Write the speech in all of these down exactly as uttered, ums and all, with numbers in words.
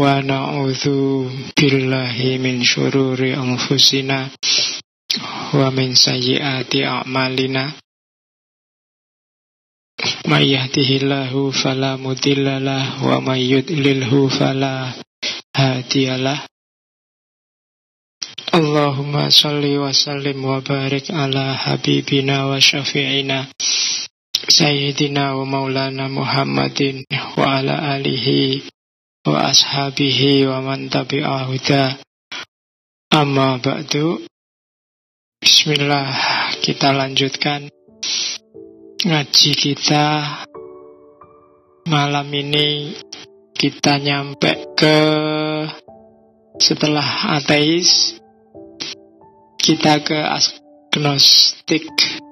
wa na'udzu billahi min syururi anfusina wa min sayyiati a'malina. May yahdihillahu fala mudhillalah wa may yudlilhu fala hadiyalah. Allahumma shalli wa sallim wa barik ala habibina wa syafi'ina Sayyidina wa maulana Muhammadin wa ala alihi wa ashabihi wa man tabi'ahu huda. Amma ba'du. Bismillah, kita lanjutkan ngaji kita. Malam ini kita nyampe ke setelah ateis, kita ke agnostik.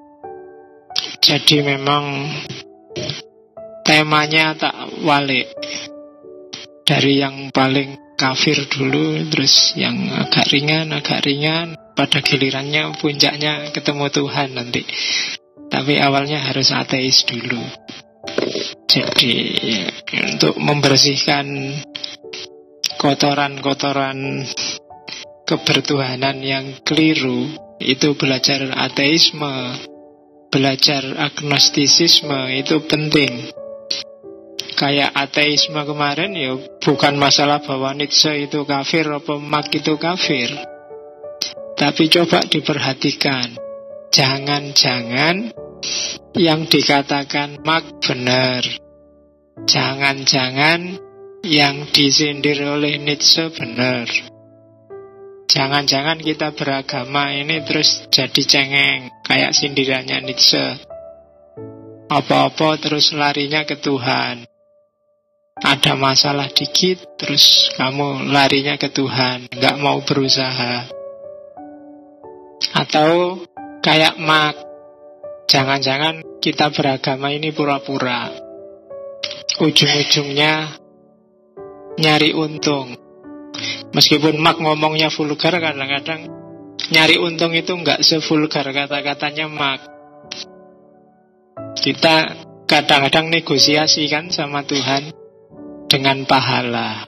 Jadi memang temanya tak walik, dari yang paling kafir dulu, terus yang agak ringan, agak ringan, pada gilirannya puncaknya ketemu Tuhan nanti. Tapi awalnya harus ateis dulu. Jadi untuk membersihkan kotoran-kotoran kebertuhanan yang keliru, itu belajar ateisme, belajar agnostisisme itu penting. Kayak ateisme kemarin ya bukan masalah bahwa Nietzsche itu kafir atau Marx itu kafir, tapi coba diperhatikan, jangan-jangan yang dikatakan Marx benar, jangan-jangan yang disindir oleh Nietzsche benar. Jangan-jangan kita beragama ini terus jadi cengeng, kayak sindirannya Nietzsche. Apa-apa terus larinya ke Tuhan. Ada masalah dikit, terus kamu larinya ke Tuhan, nggak mau berusaha. Atau kayak Marx, jangan-jangan kita beragama ini pura-pura, ujung-ujungnya nyari untung. Meskipun Marx ngomongnya vulgar, kadang-kadang nyari untung itu nggak sevulgar kata-katanya Marx. Kita kadang-kadang negosiasi kan sama Tuhan dengan pahala.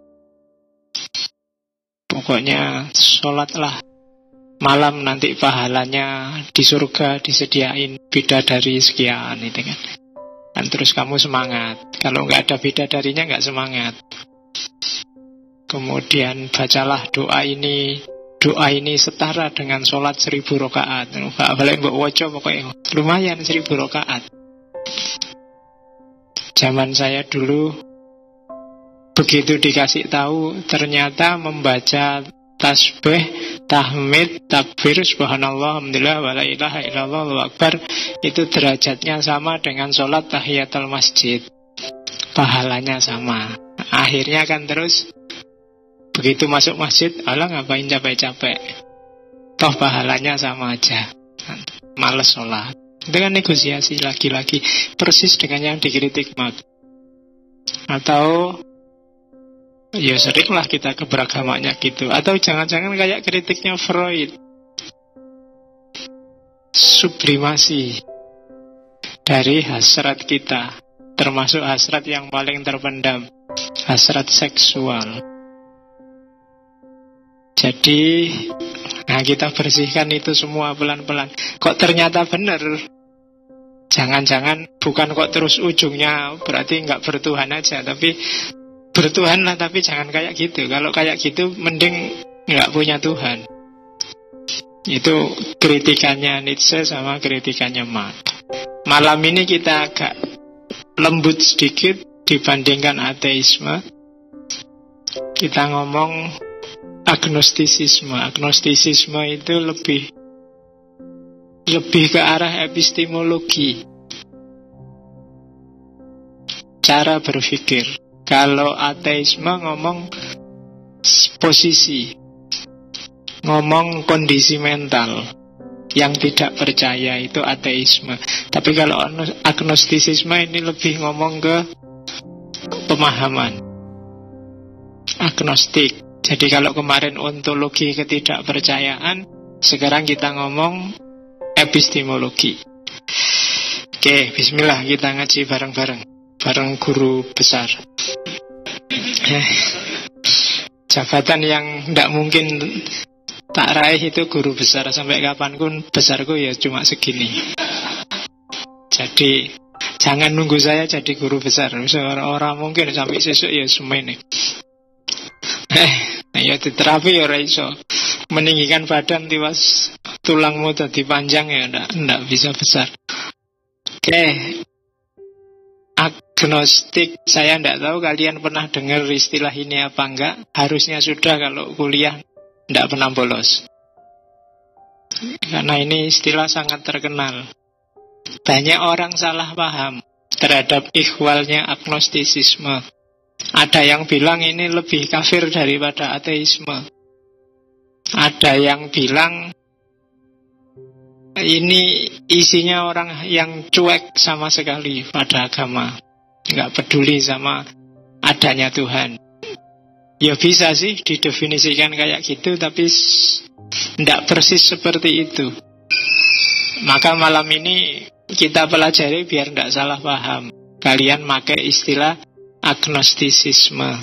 Pokoknya sholatlah malam, nanti pahalanya di surga disediain bidadari sekian, itu kan. Dan terus kamu semangat. Kalau nggak ada bidadarinya nggak semangat. Kemudian bacalah doa ini. Doa ini setara dengan sholat seribu rakaat. Gak boleh mbok waca, pokoknya lumayan seribu rakaat. Zaman saya dulu begitu dikasih tahu, ternyata membaca tasbih, tahmid, takbir, subhanallah, alhamdulillah, wa la ilaha illallah, Allahu akbar, itu derajatnya sama dengan sholat tahiyatul masjid. Pahalanya sama. Akhirnya kan terus begitu masuk masjid, alah ngapain capek-capek, toh pahalanya sama aja, males sholat. Itu kan negosiasi lagi-lagi, persis dengan yang dikritik Marx. Atau ya seringlah kita keberagamannya gitu. Atau jangan-jangan kayak kritiknya Freud, sublimasi dari hasrat kita, termasuk hasrat yang paling terpendam, hasrat seksual. Jadi, nah kita bersihkan itu semua pelan-pelan. Kok ternyata benar? Jangan-jangan bukan kok terus ujungnya berarti nggak bertuhan aja, tapi bertuhan lah, tapi jangan kayak gitu. Kalau kayak gitu mending nggak punya Tuhan. Itu kritikannya Nietzsche sama kritikannya Marx. Malam ini kita agak lembut sedikit dibandingkan ateisme. Kita ngomong agnostisisme. Agnostisisme itu lebih lebih ke arah epistemologi, cara berpikir. Kalau ateisme ngomong posisi, ngomong kondisi mental yang tidak percaya, itu ateisme. Tapi kalau agnostisisme ini lebih ngomong ke pemahaman, agnostik. Jadi kalau kemarin ontologi ketidakpercayaan, sekarang kita ngomong epistemologi. Oke, bismillah, kita ngaji bareng-bareng, bareng guru besar. Jabatan yang tidak mungkin tak raih itu guru besar. Sampai kapanpun besarku ya cuma segini. Jadi jangan nunggu saya jadi guru besar. Orang mungkin sampai sesuk ya semene. Eh, ya diterapi ya ora iso. Meninggikan badan tiwas tulangmu tadi panjang ya ndak ndak bisa besar. Oke. Agnostik, saya ndak tahu kalian pernah dengar istilah ini apa enggak. Harusnya sudah kalau kuliah ndak pernah bolos. Karena ini istilah sangat terkenal. Banyak orang salah paham terhadap ihwalnya agnostisisme. Ada yang bilang ini lebih kafir daripada ateisme. Ada yang bilang ini isinya orang yang cuek sama sekali pada agama, nggak peduli sama adanya Tuhan. Ya bisa sih didefinisikan kayak gitu, tapi nggak persis seperti itu. Maka malam ini kita pelajari biar nggak salah paham. Kalian pakai istilah agnostisisme.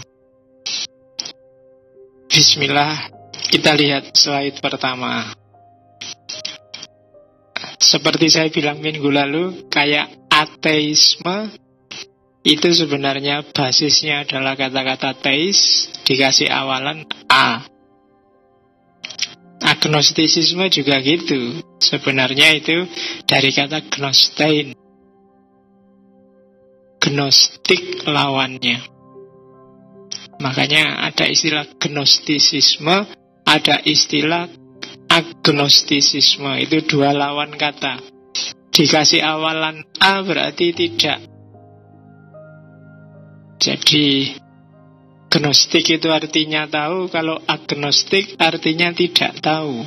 Bismillah, kita lihat slide pertama. Seperti saya bilang minggu lalu, kayak ateisme itu sebenarnya basisnya adalah kata-kata teis dikasih awalan A. Agnostisisme juga gitu. Sebenarnya itu dari kata gnostein. Gnostik lawannya. Makanya ada istilah gnostisisme, ada istilah agnostisisme. Itu dua lawan kata. Dikasih awalan A berarti tidak. Jadi gnostik itu artinya tahu, kalau agnostik artinya tidak tahu.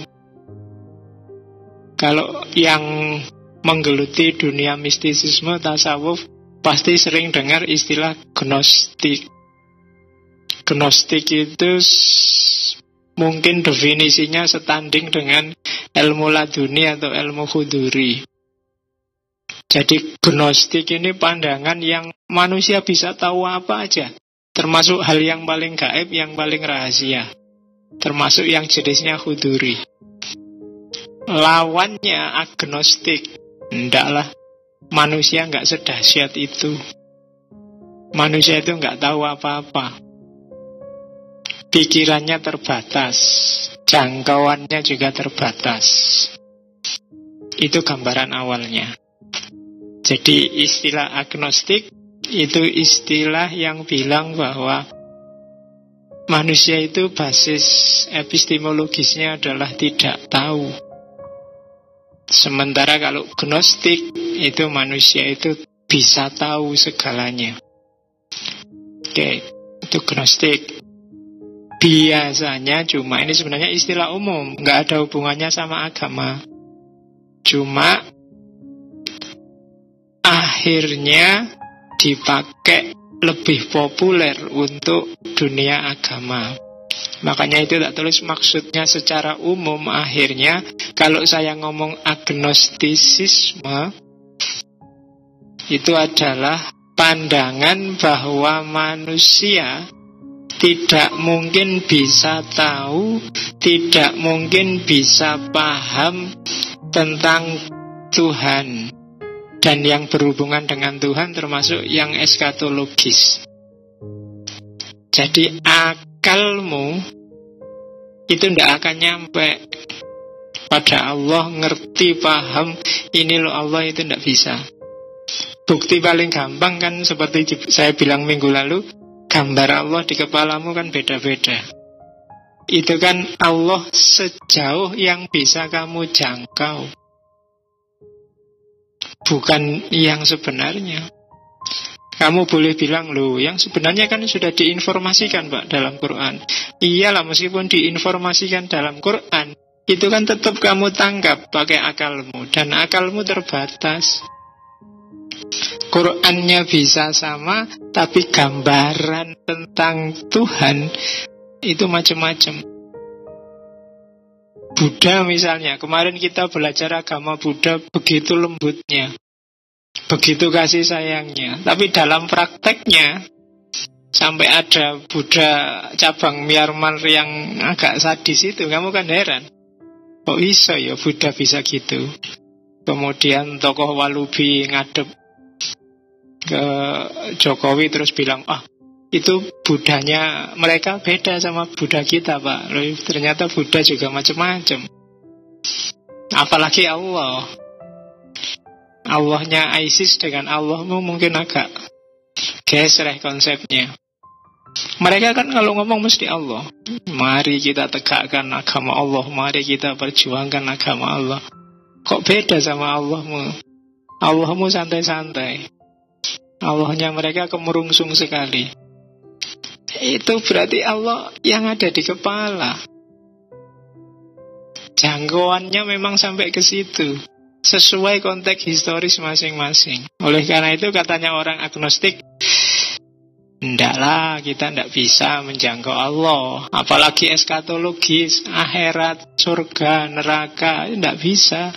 Kalau yang menggeluti dunia mistisisme, tasawuf, pasti sering dengar istilah gnostik. Gnostik itu mungkin definisinya setanding dengan ilmu laduni atau ilmu khuduri. Jadi gnostik ini pandangan yang manusia bisa tahu apa aja, termasuk hal yang paling gaib, yang paling rahasia, termasuk yang jenisnya khuduri. Lawannya agnostik, ndaklah, manusia nggak sedahsyat itu. Manusia itu nggak tahu apa-apa. Pikirannya terbatas, jangkauannya juga terbatas. Itu gambaran awalnya. Jadi istilah agnostik itu istilah yang bilang bahwa manusia itu basis epistemologisnya adalah tidak tahu. Sementara kalau gnostik itu manusia itu bisa tahu segalanya. Oke, itu gnostik. Biasanya cuma, ini sebenarnya istilah umum, nggak ada hubungannya sama agama. Cuma akhirnya dipakai lebih populer untuk dunia agama. Makanya itu tak tulis maksudnya secara umum. Akhirnya kalau saya ngomong agnostisisme, itu adalah pandangan bahwa manusia tidak mungkin bisa tahu, tidak mungkin bisa paham tentang Tuhan dan yang berhubungan dengan Tuhan, termasuk yang eskatologis. Jadi akalmu itu tidak akan nyampe pada Allah, ngerti, paham, ini loh Allah, itu tidak bisa. Bukti paling gampang kan seperti saya bilang minggu lalu, gambar Allah di kepalamu kan beda-beda. Itu kan Allah sejauh yang bisa kamu jangkau, bukan yang sebenarnya. Kamu boleh bilang, loh, yang sebenarnya kan sudah diinformasikan Pak dalam Quran. Iyalah, meskipun diinformasikan dalam Quran, itu kan tetap kamu tangkap pakai akalmu, dan akalmu terbatas. Qurannya bisa sama, tapi gambaran tentang Tuhan itu macam-macam. Buddha misalnya, kemarin kita belajar agama Buddha, begitu lembutnya, begitu kasih sayangnya, tapi dalam prakteknya Sampai ada Buddha cabang Myanmar yang agak sadis itu, kamu kan heran. Kok bisa ya Buddha bisa gitu? Kemudian tokoh Walubi ngadep ke Jokowi terus bilang, ah itu Buddhanya mereka beda sama Buddha kita Pak. Loh, ternyata Buddha juga macam-macam. Apalagi Allah. Allahnya ISIS dengan Allahmu mungkin agak geser konsepnya. Mereka kan kalau ngomong mesti Allah. Mari kita tegakkan agama Allah, mari kita perjuangkan agama Allah. Kok beda sama Allahmu? Allahmu santai-santai, Allahnya mereka kemerungsung sekali. Itu berarti Allah yang ada di kepala. Jangkauannya memang sampai ke situ, sesuai konteks historis masing-masing. Oleh karena itu katanya orang agnostik, ndaklah, kita ndak bisa menjangkau Allah, apalagi eskatologis, akhirat, surga, neraka, ndak bisa.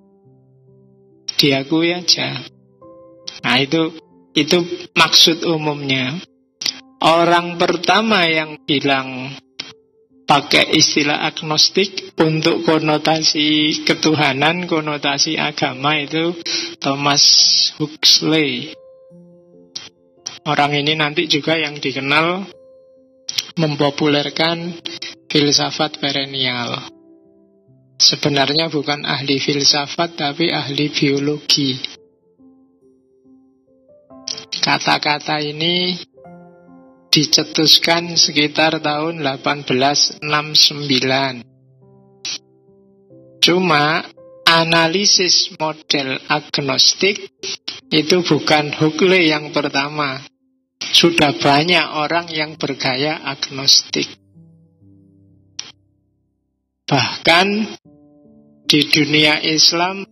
Diakui aja. Nah itu itu maksud umumnya. Orang pertama yang bilang pakai istilah agnostik untuk konotasi ketuhanan, konotasi agama itu Thomas Huxley. Orang ini nanti juga yang dikenal mempopulerkan filsafat perennial. Sebenarnya bukan ahli filsafat, tapi ahli biologi. Kata-kata ini dicetuskan sekitar tahun delapan belas enam puluh sembilan. Cuma analisis model agnostik itu bukan Huxley yang pertama. Sudah banyak orang yang bergaya agnostik. Bahkan di dunia Islam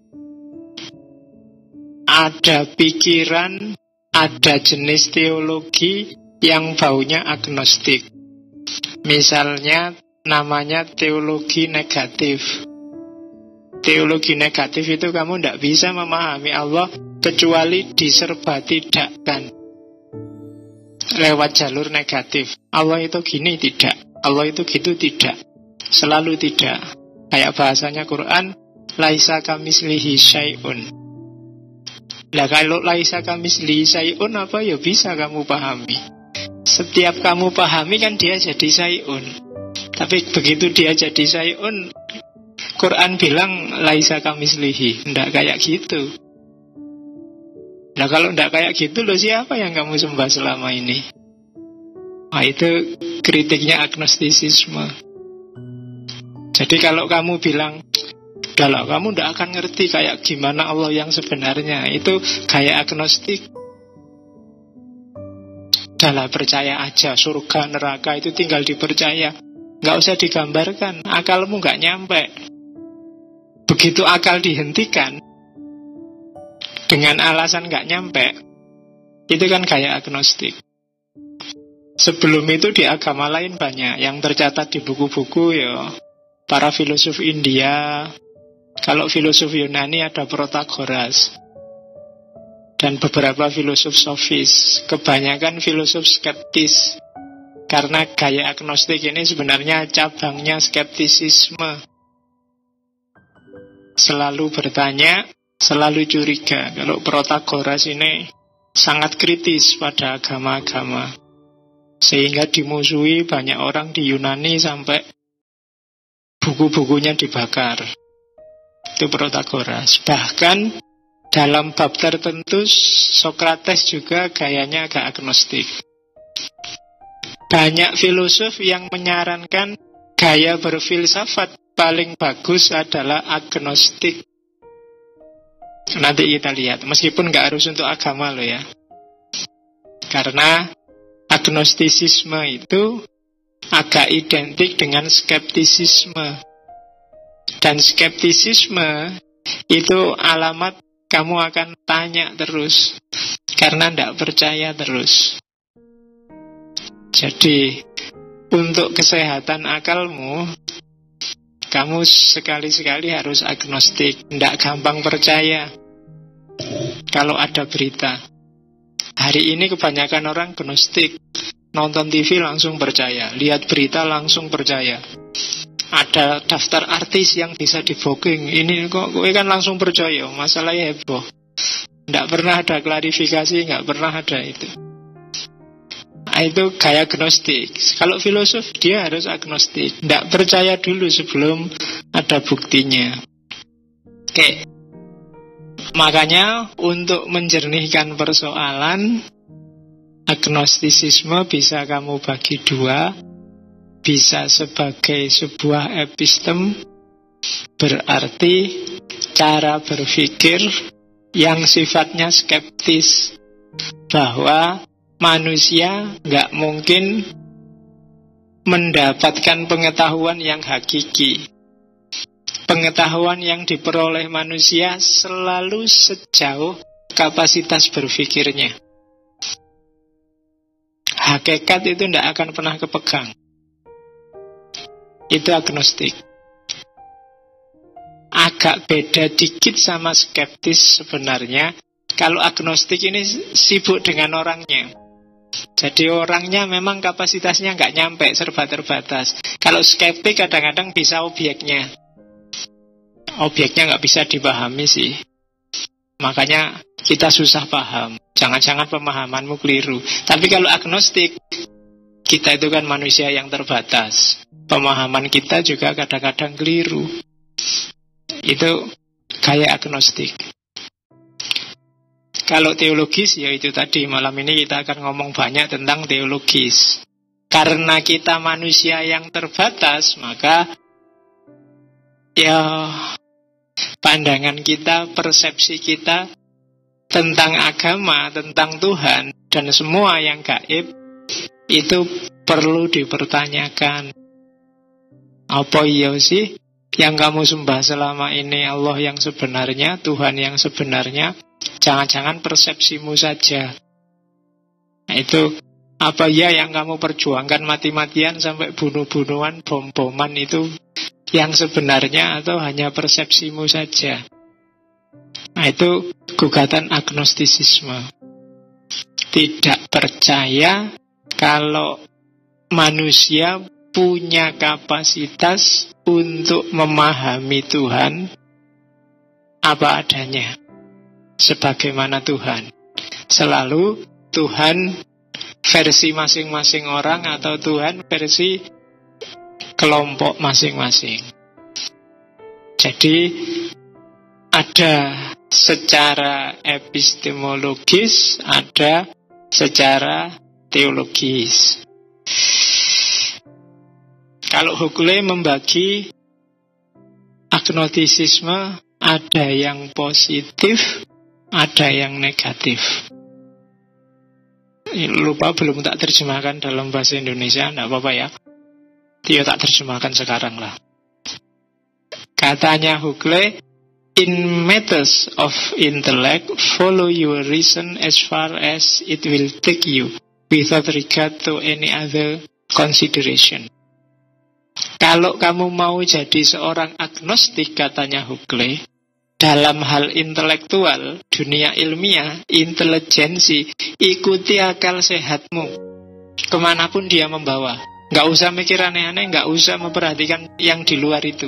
ada pikiran, ada jenis teologi yang baunya agnostik. Misalnya namanya teologi negatif. Teologi negatif itu kamu tidak bisa memahami Allah kecuali diserba tidakkan lewat jalur negatif. Allah itu gini tidak, Allah itu gitu tidak, selalu tidak. Kayak bahasanya Quran, laisa kamislihi syai'un. Lah kalau laisa kamislihi syai'un apa ya bisa kamu pahami. Setiap kamu pahami kan dia jadi syai'un. Tapi begitu dia jadi syai'un, Quran bilang laisa kamislihi, ndak kayak gitu. Nah kalau ndak kayak gitu loh, siapa yang kamu sembah selama ini? Nah itu kritiknya agnostisisme. Jadi kalau kamu bilang, udah lah kamu ndak akan ngerti kayak gimana Allah yang sebenarnya, itu kayak agnostik. Udah lah percaya aja, surga neraka itu tinggal dipercaya, nggak usah digambarkan, akalmu nggak nyampe. Begitu akal dihentikan dengan alasan nggak nyampe, itu kan kayak agnostik. Sebelum itu di agama lain banyak yang tercatat di buku-buku ya. Para filosof India, kalau filosof Yunani ada Protagoras, dan beberapa filosof sofis. Kebanyakan filosof skeptis, karena gaya agnostik ini sebenarnya cabangnya skeptisisme. Selalu bertanya, selalu curiga. Kalau Protagoras ini sangat kritis pada agama-agama, sehingga dimusuhi banyak orang di Yunani sampai buku-bukunya dibakar. Itu Protagoras. Bahkan dalam bab tertentu Sokrates juga gayanya agak agnostik. Banyak filosof yang menyarankan gaya berfilsafat paling bagus adalah agnostik. Nanti kita lihat, meskipun gak harus untuk agama loh ya. Karena agnostisisme itu agak identik dengan skeptisisme. Dan skeptisisme itu alamat kamu akan tanya terus, karena tidak percaya terus. Jadi untuk kesehatan akalmu, kamu sekali-sekali harus agnostik. Tidak gampang percaya kalau ada berita. Hari ini kebanyakan orang agnostik, nonton T V langsung percaya, lihat berita langsung percaya. Ada daftar artis yang bisa di booking, ini kok kowe kan langsung percaya, masalahnya heboh. Nggak pernah ada klarifikasi, nggak pernah ada itu. Nah, itu gaya agnostik. Kalau filosof dia harus agnostik, nggak percaya dulu sebelum ada buktinya. Oke, makanya untuk menjernihkan persoalan, agnostisisme bisa kamu bagi dua. Bisa sebagai sebuah epistem, berarti cara berpikir yang sifatnya skeptis, bahwa manusia nggak mungkin mendapatkan pengetahuan yang hakiki. Pengetahuan yang diperoleh manusia selalu sejauh kapasitas berpikirnya. Hakikat itu tidak akan pernah kepegang. Itu agnostik. Agak beda dikit sama skeptis sebenarnya. Kalau agnostik ini sibuk dengan orangnya. Jadi orangnya memang kapasitasnya nggak nyampe, serba terbatas. Kalau skeptik kadang-kadang bisa objeknya. Objeknya nggak bisa dipahami sih. Makanya kita susah paham. Jangan-jangan pemahamanmu keliru. Tapi kalau agnostik, kita itu kan manusia yang terbatas. Pemahaman kita juga kadang-kadang keliru. Itu gaya agnostik. Kalau teologis, ya itu tadi. Malam ini kita akan ngomong banyak tentang teologis. Karena kita manusia yang terbatas, maka ya pandangan kita, persepsi kita tentang agama, tentang Tuhan, dan semua yang gaib, itu perlu dipertanyakan. Apa iya sih yang kamu sembah selama ini Allah yang sebenarnya, Tuhan yang sebenarnya? Jangan-jangan persepsimu saja. Nah, itu apa ya yang kamu perjuangkan mati-matian sampai bunuh-bunuhan, bom-boman itu yang sebenarnya atau hanya persepsimu saja? Nah, itu gugatan agnostisisme. Tidak percaya kalau manusia punya kapasitas untuk memahami Tuhan apa adanya, sebagaimana Tuhan. Selalu Tuhan versi masing-masing orang atau Tuhan versi kelompok masing-masing. Jadi ada secara epistemologis, ada secara teologis. Kalau Huxley membagi agnostisisme, ada yang positif, ada yang negatif. Lupa belum tak terjemahkan dalam bahasa Indonesia, tidak apa-apa ya. Dia tak terjemahkan sekarang lah. Katanya Huxley, in matters of intellect, follow your reason as far as it will take you, without regard to any other consideration. Kalau kamu mau jadi seorang agnostik, katanya Huxley, dalam hal intelektual, dunia ilmiah, intelijensi, ikuti akal sehatmu kemanapun dia membawa. Nggak usah mikir aneh-aneh, nggak usah memperhatikan yang di luar itu.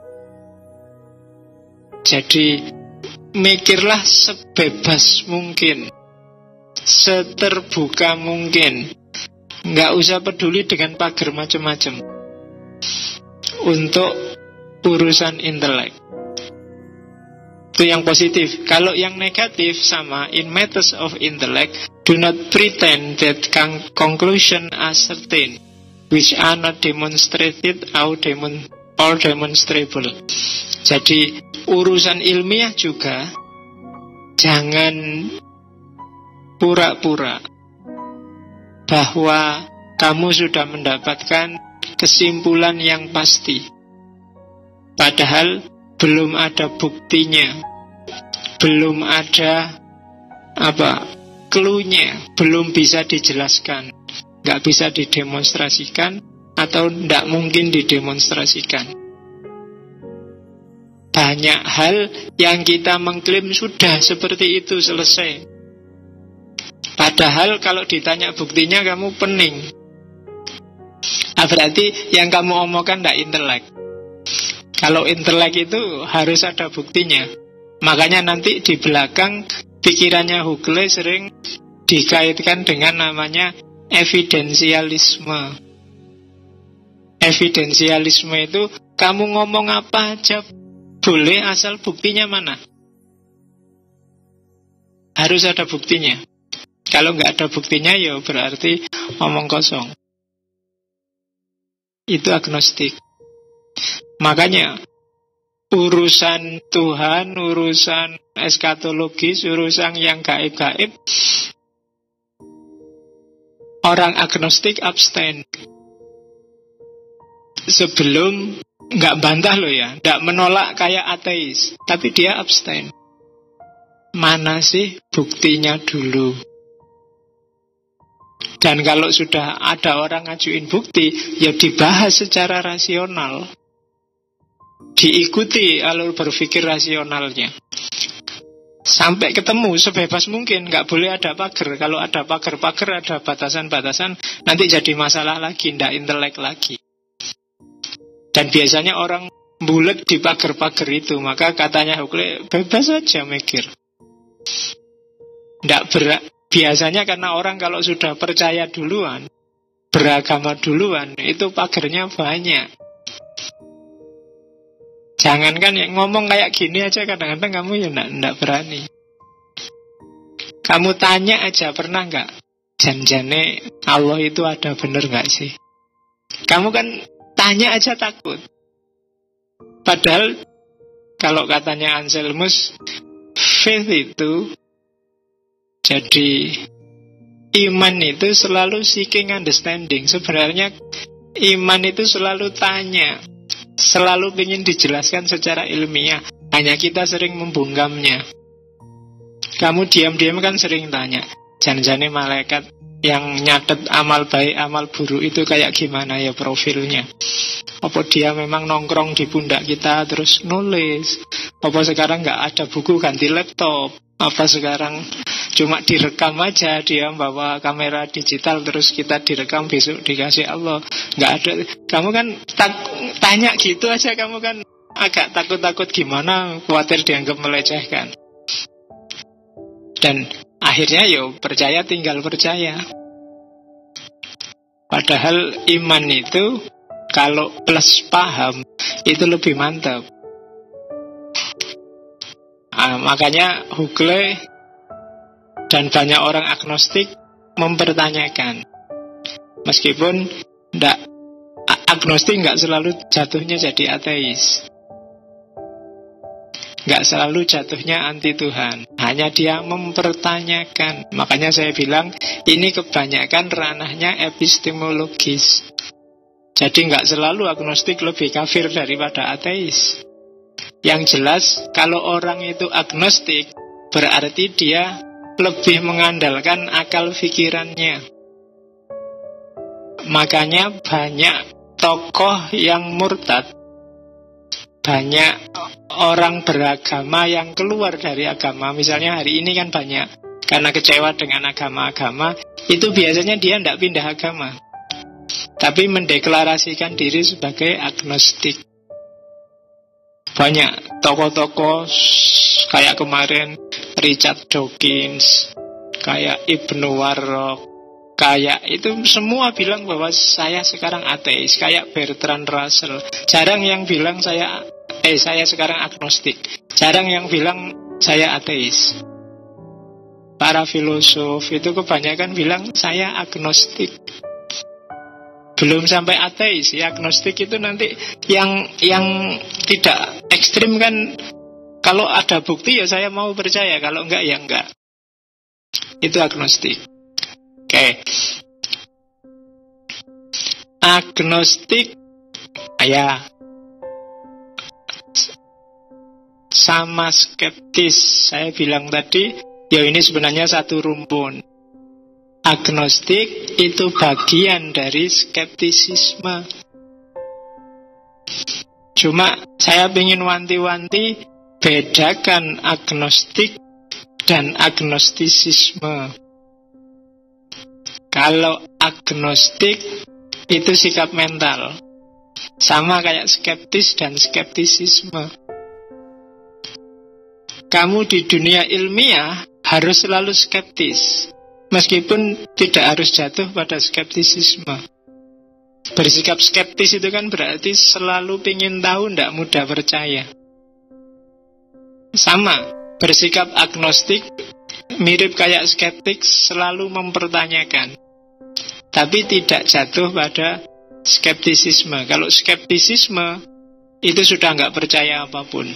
Jadi mikirlah sebebas mungkin, seterbuka mungkin. Nggak usah peduli dengan pagar macam-macam untuk urusan intelek. Itu yang positif. Kalau yang negatif sama, in matters of intellect, do not pretend that conclusion are certain, which are not demonstrated or, demon, or demonstrable. Jadi urusan ilmiah juga jangan pura-pura bahwa kamu sudah mendapatkan kesimpulan yang pasti, padahal belum ada buktinya, belum ada apa cluenya, belum bisa dijelaskan, nggak bisa didemonstrasikan atau nggak mungkin didemonstrasikan. Banyak hal yang kita mengklaim sudah seperti itu, selesai. Padahal kalau ditanya buktinya kamu pening. Nah, berarti yang kamu omongkan tidak intelek. Kalau intelek itu harus ada buktinya. Makanya nanti di belakang pikirannya Huxley sering dikaitkan dengan namanya evidensialisme. Evidensialisme itu kamu ngomong apa aja boleh asal buktinya mana. Harus ada buktinya. Kalau nggak ada buktinya ya berarti omong kosong. Itu agnostik. Makanya urusan Tuhan, urusan eskatologis, urusan yang gaib-gaib, orang agnostik abstain. Sebelum, nggak bantah loh ya, nggak menolak kayak ateis, tapi dia abstain. Mana sih buktinya dulu? Dan kalau sudah ada orang ngajuin bukti, ya dibahas secara rasional. Diikuti alur berpikir rasionalnya. Sampai ketemu sebebas mungkin. Nggak boleh ada pagar. Kalau ada pagar-pagar, ada batasan-batasan, nanti jadi masalah lagi, nggak intelek lagi. Dan biasanya orang bulet di pagar-pagar itu. Maka katanya Huxley, bebas saja mikir. Nggak berat. Biasanya karena orang kalau sudah percaya duluan, beragama duluan, itu pagarnya banyak. Jangankan yang ngomong kayak gini aja, kadang-kadang kamu ya enggak berani. Kamu tanya aja, pernah nggak? Jan-jane Allah itu ada bener nggak sih? Kamu kan tanya aja takut. Padahal kalau katanya Anselmus, faith itu, jadi iman itu selalu seeking understanding. Sebenarnya iman itu selalu tanya, selalu ingin dijelaskan secara ilmiah. Hanya kita sering membungkamnya. Kamu diam-diam kan sering tanya, jan-jane malaikat yang nyatet amal baik, amal buruk itu kayak gimana ya profilnya? Apa dia memang nongkrong di pundak kita terus nulis? Apa sekarang nggak ada buku ganti laptop? Apa sekarang cuma direkam aja, dia bawa kamera digital terus kita direkam, besok dikasih Allah? Nggak ada. Kamu kan tak, tanya gitu aja, kamu kan agak takut-takut gimana, khawatir dianggap melecehkan. Dan akhirnya yo percaya tinggal percaya. Padahal iman itu kalau plus paham itu lebih mantap. Nah, makanya Huxley dan banyak orang agnostik mempertanyakan. Meskipun enggak, agnostik nggak selalu jatuhnya jadi ateis, nggak selalu jatuhnya anti Tuhan. Hanya dia mempertanyakan. Makanya saya bilang ini kebanyakan ranahnya epistemologis. Jadi nggak selalu agnostik lebih kafir daripada ateis. Yang jelas kalau orang itu agnostik, berarti dia lebih mengandalkan akal pikirannya. Makanya banyak tokoh yang murtad, banyak orang beragama yang keluar dari agama. Misalnya hari ini kan banyak, karena kecewa dengan agama-agama, itu biasanya dia tidak pindah agama, tapi mendeklarasikan diri sebagai agnostik. Banyak tokoh-tokoh kayak kemarin Richard Dawkins, kayak Ibnu Warraq, kayak itu semua bilang bahwa saya sekarang ateis. Kayak Bertrand Russell, jarang yang bilang saya eh saya sekarang agnostik, jarang yang bilang saya ateis. Para filosof itu kebanyakan bilang saya agnostik. Belum sampai ateis, ya agnostik itu nanti yang yang tidak ekstrim kan, kalau ada bukti ya saya mau percaya, kalau enggak ya enggak. Itu agnostik. Oke. Agnostik ya sama skeptis. Saya bilang tadi, ya ini sebenarnya satu rumpun. Agnostik itu bagian dari skeptisisme. Cuma saya ingin wanti-wanti, bedakan agnostik dan agnostisisme. Kalau agnostik Itu sikap mental. Sama kayak skeptis dan skeptisisme. Kamu di dunia ilmiah harus selalu skeptis, meskipun tidak harus jatuh pada skeptisisme. Bersikap skeptis itu kan berarti selalu ingin tahu, tidak mudah percaya. Sama, bersikap agnostik mirip kayak skeptik, selalu mempertanyakan, tapi tidak jatuh pada skeptisisme. Kalau skeptisisme itu sudah nggak percaya apapun,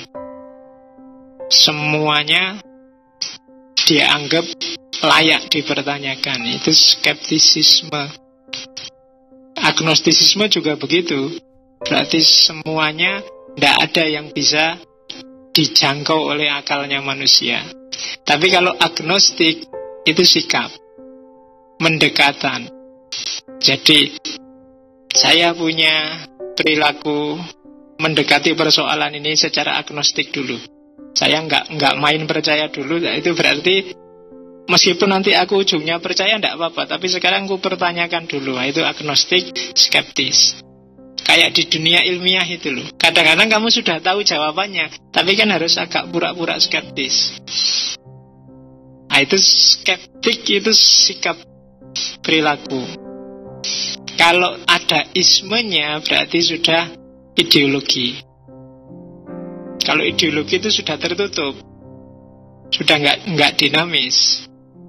semuanya dia anggap layak dipertanyakan. Itu skeptisisme. Agnostisisme juga begitu. Berarti semuanya tidak ada yang bisa dijangkau oleh akalnya manusia. Tapi kalau agnostik itu sikap, mendekatan. Jadi saya punya perilaku mendekati persoalan ini secara agnostik dulu. Saya nggak nggak main percaya dulu. Itu berarti meskipun nanti aku ujungnya percaya tidak apa-apa, tapi sekarang aku pertanyakan dulu. Itu agnostik, skeptis. Kayak di dunia ilmiah itu loh. Kadang-kadang kamu sudah tahu jawabannya, tapi kan harus agak pura-pura skeptis. Nah, itu skeptik, itu sikap perilaku. Kalau ada ismenya berarti sudah ideologi. Kalau ideologi itu sudah tertutup, sudah nggak nggak dinamis.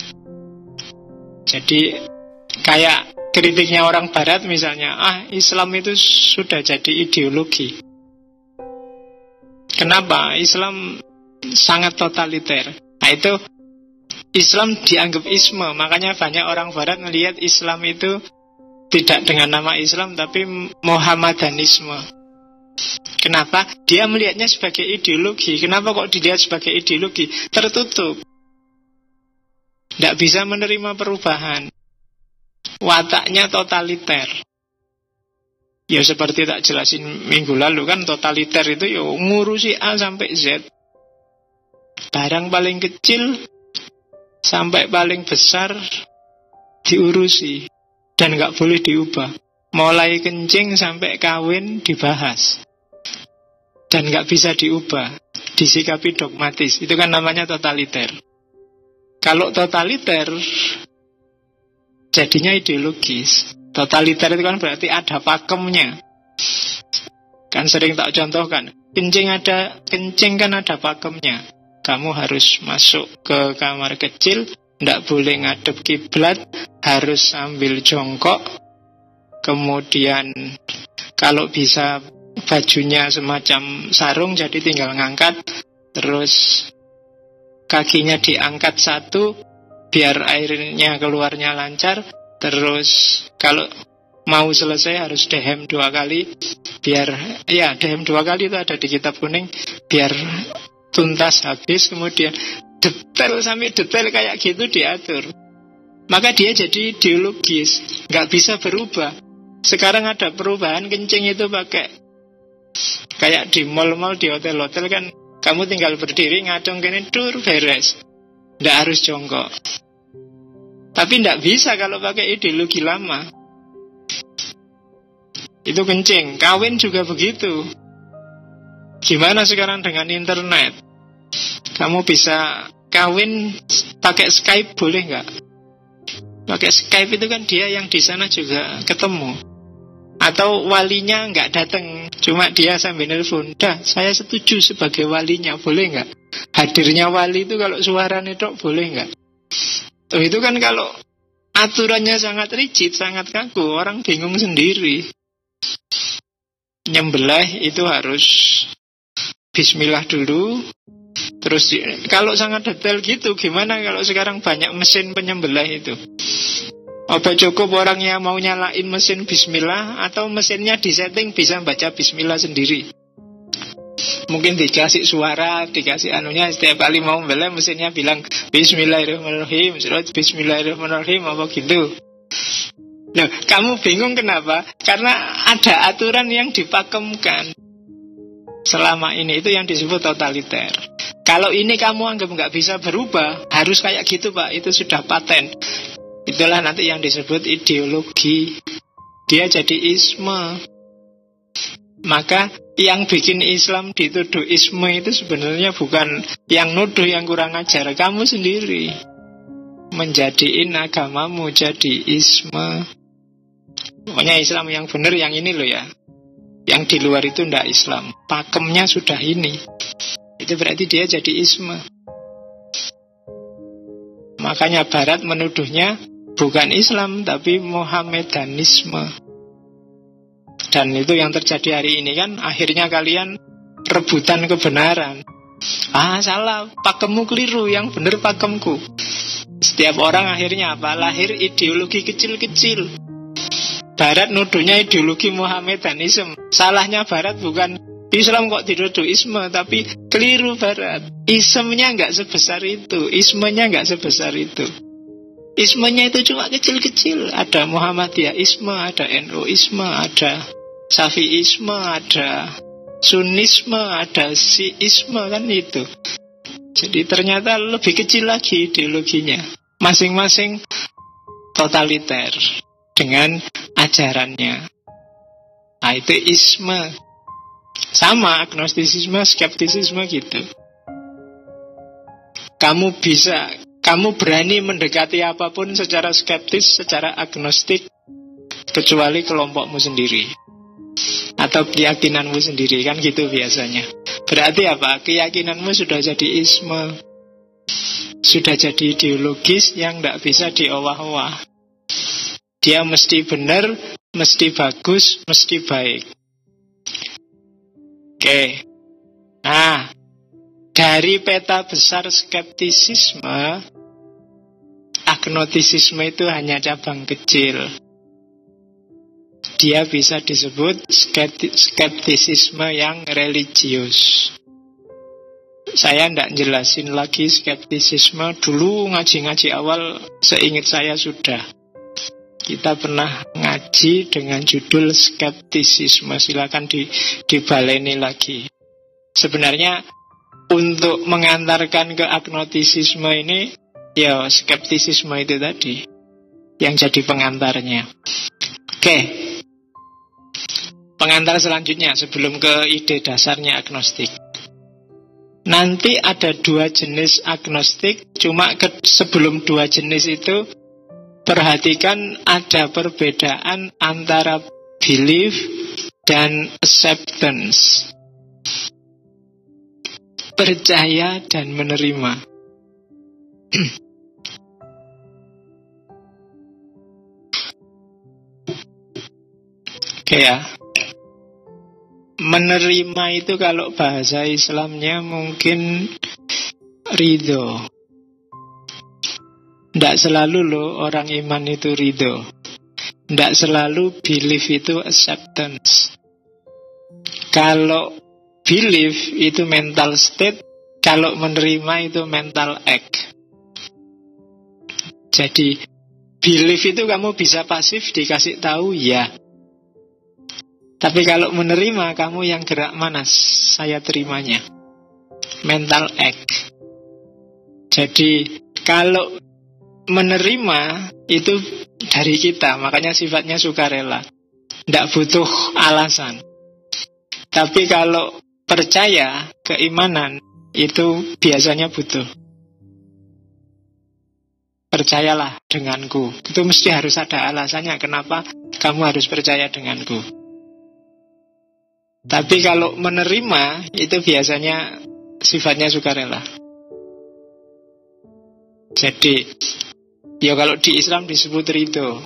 Jadi kayak kritiknya orang Barat misalnya, ah Islam itu sudah jadi ideologi. Kenapa? Islam sangat totaliter. Nah itu Islam dianggap isme, makanya banyak orang Barat melihat Islam itu tidak dengan nama Islam tapi Muhammadanisme. Kenapa? Dia melihatnya sebagai ideologi. Kenapa kok dilihat sebagai ideologi? Tertutup, tidak bisa menerima perubahan. Wataknya totaliter. Ya seperti tak jelasin minggu lalu kan, totaliter itu ya ngurusi A sampai Z. Barang paling kecil sampai paling besar diurusi dan nggak boleh diubah. Mulai kencing sampai kawin dibahas dan nggak bisa diubah, disikapi dogmatis. Itu kan namanya totaliter. Kalau totaliter jadinya ideologis. Totaliter itu kan berarti ada pakemnya. Kan sering tak contohkan, kencing ada kencing kan ada pakemnya. Kamu harus masuk ke kamar kecil, tidak boleh ngadep kiblat, harus sambil jongkok. Kemudian kalau bisa bajunya semacam sarung, jadi tinggal ngangkat. Terus kakinya diangkat satu biar airnya keluarnya lancar. Terus kalau mau selesai harus dehem dua kali. Biar, ya dehem dua kali itu ada di kitab kuning. Biar tuntas habis. Kemudian detail sampai detail kayak gitu diatur. Maka dia jadi ideologis, nggak bisa berubah. Sekarang ada perubahan, kencing itu pakai kayak di mall-mall, di hotel-hotel kan, kamu tinggal berdiri ngadong kene dur beres, nggak harus jongkok. Tapi nggak bisa kalau pakai ideologi lama. Itu kencing. Kawin juga begitu. Gimana sekarang dengan internet? Kamu bisa kawin pakai Skype, boleh nggak? Pakai Skype itu kan dia yang di sana juga ketemu. Atau walinya nggak datang, cuma dia sambil nelfon. Dah, saya setuju sebagai walinya, boleh nggak? Hadirnya wali itu kalau suaranya dok, boleh nggak? Tuh, itu kan kalau aturannya sangat rigid, sangat kaku, orang bingung sendiri. Nyembelih itu harus bismillah dulu. Terus kalau sangat detail gitu, gimana kalau sekarang banyak mesin penyembelih itu? Apa cukup orangnya mau nyalain mesin bismillah, atau mesinnya disetting bisa baca bismillah sendiri? Mungkin dikasih suara, dikasih anunya, setiap kali mau membelih mesinnya bilang bismillahirrahmanirrahim, bismillahirrahmanirrahim, apa gitu. Nah, kamu bingung kenapa? Karena ada aturan yang dipakemkan selama ini, itu yang disebut totaliter. Kalau ini kamu anggap nggak bisa berubah, harus kayak gitu Pak, itu sudah paten. Itulah nanti yang disebut ideologi. dia jadi isme. Maka yang bikin Islam dituduh isme itu sebenarnya bukan yang nuduh yang kurang ajar, kamu sendiri menjadiin agamamu jadi isme. Pokoknya Islam yang benar yang ini loh ya, yang di luar itu ndak Islam, pakemnya sudah ini, itu berarti dia jadi isme. Makanya Barat menuduhnya bukan Islam tapi Mohamedanisme. Dan itu yang terjadi hari ini kan, akhirnya kalian rebutan kebenaran. Ah salah, pakemmu keliru, yang benar pakemku. Setiap orang akhirnya apa? Lahir ideologi kecil-kecil. Barat nuduhnya ideologi Mohamedanisme. Salahnya Barat bukan Islam kok dituduh isme, tapi keliru Barat. Ismenya nggak sebesar itu, ismenya nggak sebesar itu. Ismenya itu cuma kecil-kecil. Ada Muhammadiyah isme, ada N U isme, ada Syafi'isme, ada Sunisme, ada Syiisme, kan itu. Jadi ternyata lebih kecil lagi ideologinya. Masing-masing totaliter dengan ajarannya. Nah itu isme. Sama agnostisisme, skeptisisme gitu. Kamu bisa, kamu berani mendekati apapun secara skeptis, secara agnostik, kecuali kelompokmu sendiri atau keyakinanmu sendiri, kan gitu biasanya. Berarti apa? Keyakinanmu sudah jadi isme, sudah jadi ideologis yang tidak bisa diowah-owah. Dia mesti benar, mesti bagus, mesti baik. Oke. Nah, dari peta besar skeptisisme, agnostisisme itu hanya cabang kecil. Dia bisa disebut skeptisisme yang religius. Saya tidak jelasin lagi skeptisisme. Dulu ngaji-ngaji awal seingat saya sudah. Kita pernah ngaji dengan judul skeptisisme. Silakan di, dibaleni lagi. Sebenarnya untuk mengantarkan ke agnostisisme ini, ya skeptisisme itu tadi yang jadi pengantarnya. Oke. Pengantar selanjutnya sebelum ke ide dasarnya agnostik. Nanti ada dua jenis agnostik. Cuma ke, sebelum dua jenis itu, perhatikan ada perbedaan antara belief dan acceptance. Percaya dan menerima. Oke ya. Menerima itu kalau bahasa Islamnya mungkin ridho. Tidak selalu loh orang iman itu ridho. Tidak selalu belief itu acceptance. Kalau belief itu mental state, kalau menerima itu mental act. Jadi belief itu kamu bisa pasif, dikasih tahu ya. Tapi kalau menerima, kamu yang gerak manas, saya terimanya. Mental act. Jadi kalau menerima itu dari kita, makanya sifatnya sukarela. Tidak butuh alasan. Tapi kalau percaya, keimanan, itu biasanya butuh. Percayalah denganku. Itu mesti harus ada alasannya kenapa kamu harus percaya denganku. Tapi kalau menerima, itu biasanya sifatnya sukarela. Jadi, ya kalau di Islam disebut ridho.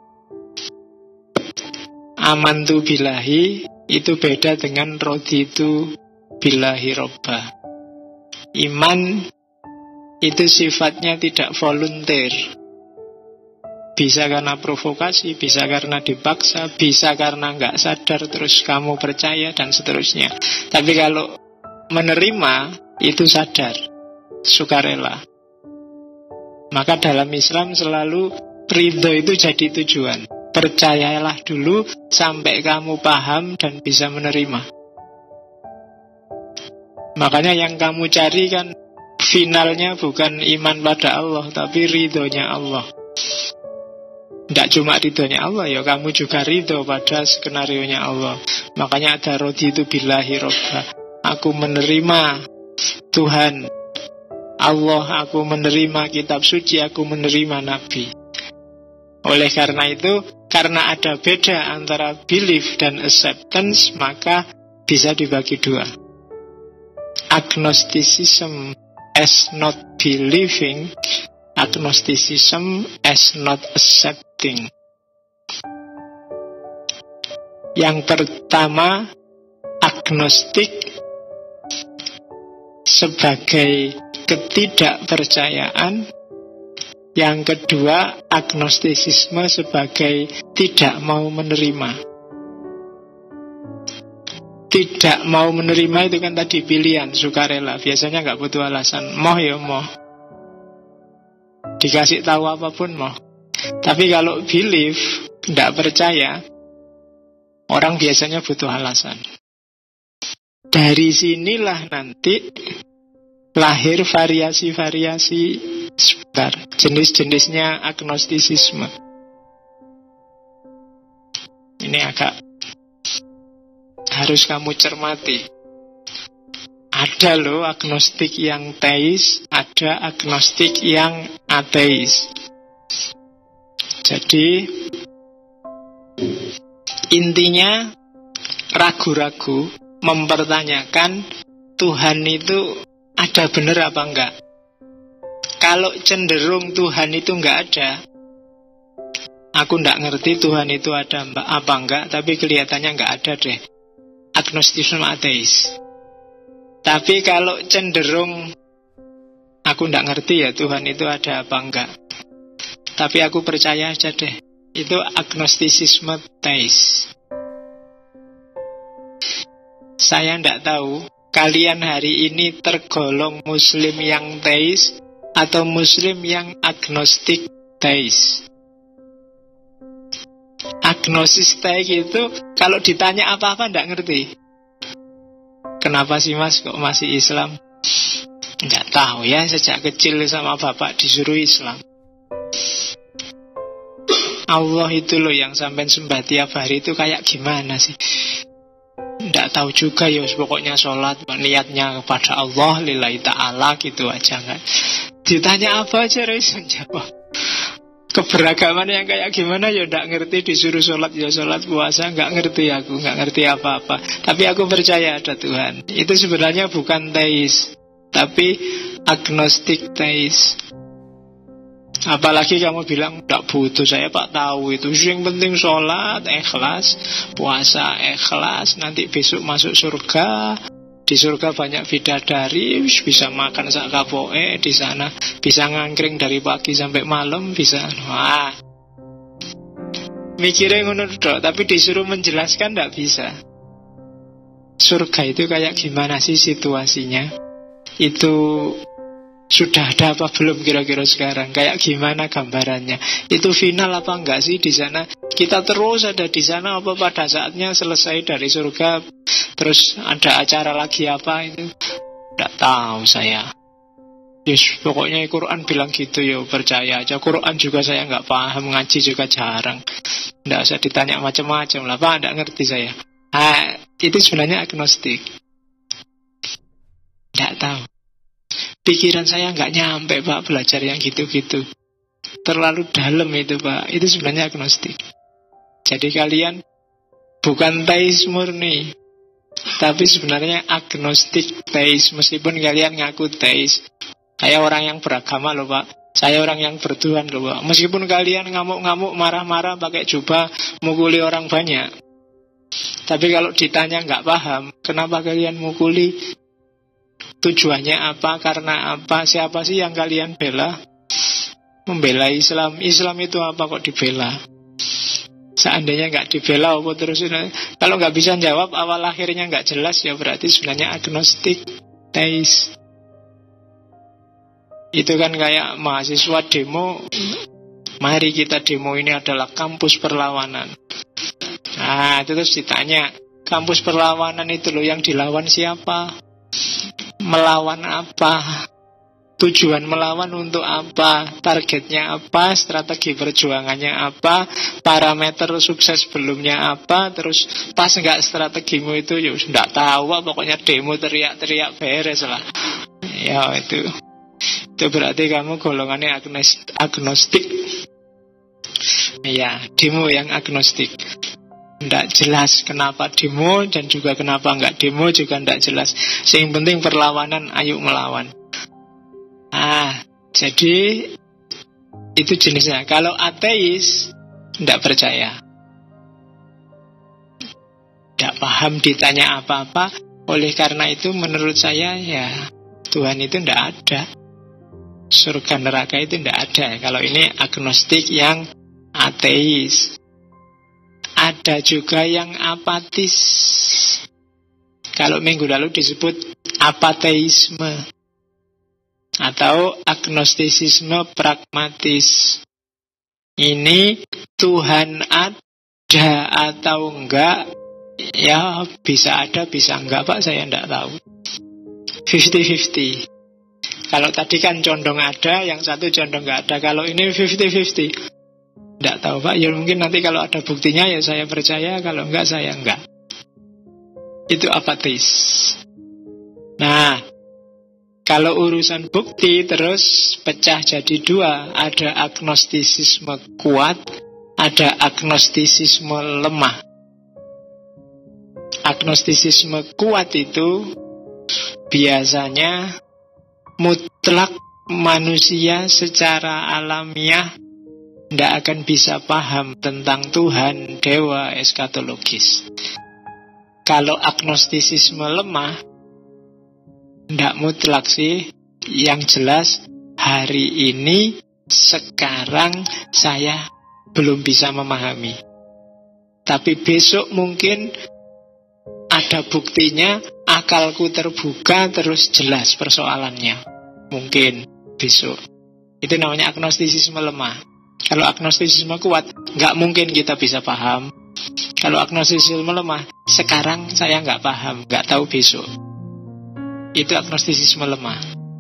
Amantu billahi itu beda dengan raditu billahi robba. Iman itu sifatnya tidak volunteer. Bisa karena provokasi, bisa karena dipaksa, bisa karena nggak sadar terus kamu percaya dan seterusnya. Tapi kalau menerima itu sadar, sukarela. Maka dalam Islam selalu ridho itu jadi tujuan. Percayalah dulu sampai kamu paham dan bisa menerima. Makanya yang kamu cari kan finalnya bukan iman pada Allah, tapi ridhonya Allah. Tidak cuma ridhonya Allah, ya kamu juga ridho pada skenarionya Allah. Makanya ada raditu billahi robba. Aku menerima Tuhan Allah, aku menerima kitab suci, aku menerima Nabi. Oleh karena itu, karena ada beda antara belief dan acceptance, maka bisa dibagi dua. Agnosticism as not believing, agnosticism as not accepting. Yang pertama, agnostik sebagai ketidakpercayaan. Yang kedua, agnostisisme sebagai tidak mau menerima. Tidak mau menerima itu kan tadi pilihan, sukarela. Biasanya nggak butuh alasan, moh ya moh, dikasih tahu apapun moh. Tapi kalau belief, tidak percaya, orang biasanya butuh alasan. Dari sinilah nanti lahir variasi-variasi sebentar, jenis-jenisnya agnostisisme. Ini agak harus kamu cermati. Ada loh agnostik yang teis, ada agnostik yang ateis. Jadi intinya ragu-ragu mempertanyakan Tuhan itu ada benar apa enggak. Kalau cenderung Tuhan itu enggak ada, aku enggak ngerti Tuhan itu ada apa enggak, tapi kelihatannya enggak ada deh. Agnostisme ateis. Tapi kalau cenderung aku enggak ngerti ya Tuhan itu ada apa enggak, tapi aku percaya aja deh, itu agnostisisme teis. Saya enggak tahu kalian hari ini tergolong muslim yang teis atau muslim yang agnostik teis. Agnosis teis itu kalau ditanya apa-apa enggak ngerti. Kenapa sih mas kok masih Islam? Enggak tahu ya, sejak kecil sama bapak disuruh Islam. Allah itu loh yang sampai sembah tiap hari itu kayak gimana sih? Enggak tahu juga ya, pokoknya sholat niatnya kepada Allah lillahi ta'ala gitu aja kan. Ditanya apa aja bisa jawab. Keberagaman yang kayak gimana ya enggak ngerti, disuruh sholat ya sholat, puasa enggak ngerti aku, enggak ngerti apa-apa. Tapi aku percaya ada Tuhan. Itu sebenarnya bukan teis, tapi agnostik teis. Apalagi kamu bilang enggak butuh, saya pak tahu itu. Yang penting sholat, ikhlas, puasa, ikhlas, nanti besok masuk surga. Di surga banyak bidadari, bisa makan sak kapoe di sana, bisa ngangkring dari pagi sampai malam, bisa. Wah, mikirnya ngono dok, tapi disuruh menjelaskan enggak bisa. Surga itu kayak gimana sih situasinya? Itu sudah ada apa belum kira-kira sekarang? Kayak gimana gambarannya? Itu final apa enggak sih di sana? Kita terus ada di sana apa pada saatnya selesai dari surga terus ada acara lagi apa itu? Enggak tahu saya. Yes, pokoknya Quran bilang gitu ya, percaya aja. Quran juga saya enggak paham, ngaji juga jarang. Enggak usah ditanya macam-macam lah, Pak, enggak ngerti saya. Ah, itu sebenarnya agnostik. Enggak tahu. Pikiran saya nggak nyampe Pak belajar yang gitu-gitu. Terlalu dalam itu Pak. Itu sebenarnya agnostik. Jadi kalian bukan teis murni, tapi sebenarnya agnostik teis. Meskipun kalian ngaku teis. Saya orang yang beragama loh Pak. Saya orang yang bertuhan loh Pak. Meskipun kalian ngamuk-ngamuk, marah-marah, pakai jubah, mukuli orang banyak, tapi kalau ditanya nggak paham, kenapa kalian mukuli? Tujuannya apa? Karena apa? Siapa sih yang kalian bela? Membela Islam. Islam itu apa kok dibela? Seandainya nggak dibela, apa terus? Kalau nggak bisa jawab, awal akhirnya nggak jelas, ya berarti sebenarnya agnostik teis. Itu kan kayak mahasiswa demo. Mari kita demo, ini adalah kampus perlawanan. Nah, terus ditanya, kampus perlawanan itu loh yang dilawan siapa? Melawan apa? tujuan melawan untuk apa, targetnya apa, strategi perjuangannya apa, parameter sukses belumnya apa, terus pas nggak strategimu itu ya nggak tahu, pokoknya demo teriak-teriak beres lah. Ya itu, itu berarti kamu golongannya agnos, agnostik. Ya, demo yang agnostik. Nggak jelas kenapa demo dan juga kenapa nggak demo juga nggak jelas. Yang penting perlawanan, ayo melawan. Ah, jadi itu jenisnya. Kalau ateis tidak percaya, tidak paham ditanya apa-apa. Oleh karena itu menurut saya ya Tuhan itu tidak ada, surga neraka itu tidak ada. Kalau ini agnostik yang ateis. Ada juga yang apatis. Kalau minggu lalu disebut apateisme atau agnostisisme pragmatis. Ini Tuhan ada atau enggak, ya bisa ada, bisa enggak Pak, saya enggak tahu. fifty-fifty. Kalau tadi kan condong ada, yang satu condong enggak ada. Kalau ini fifty-fifty. Enggak tahu Pak, ya mungkin nanti kalau ada buktinya ya saya percaya, kalau enggak saya enggak. Itu apatis. Nah, kalau urusan bukti terus pecah jadi dua. Ada agnostisisme kuat, ada agnostisisme lemah. Agnostisisme kuat itu biasanya mutlak manusia secara alamiah tidak akan bisa paham tentang Tuhan, dewa, eskatologis. Kalau agnostisisme lemah, tidak mutlak sih. Yang jelas hari ini, sekarang saya belum bisa memahami. Tapi besok mungkin ada buktinya, akalku terbuka, terus jelas persoalannya. Mungkin besok. Itu namanya agnostisisme lemah. Kalau agnostisisme kuat, nggak mungkin kita bisa paham. Kalau agnostisisme lemah, sekarang saya nggak paham, nggak tahu besok. Itu agnostisisme lemah.